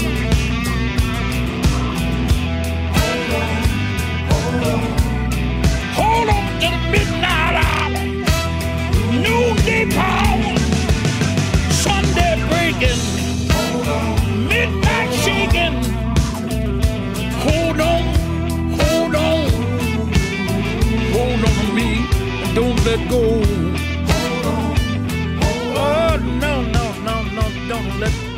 Hold on to the midnight hour, noonday power, Sunday breaking, midnight shaking. Hold on, hold on, hold on to me, and don't let go. Oh, no, no, no, no, don't let go.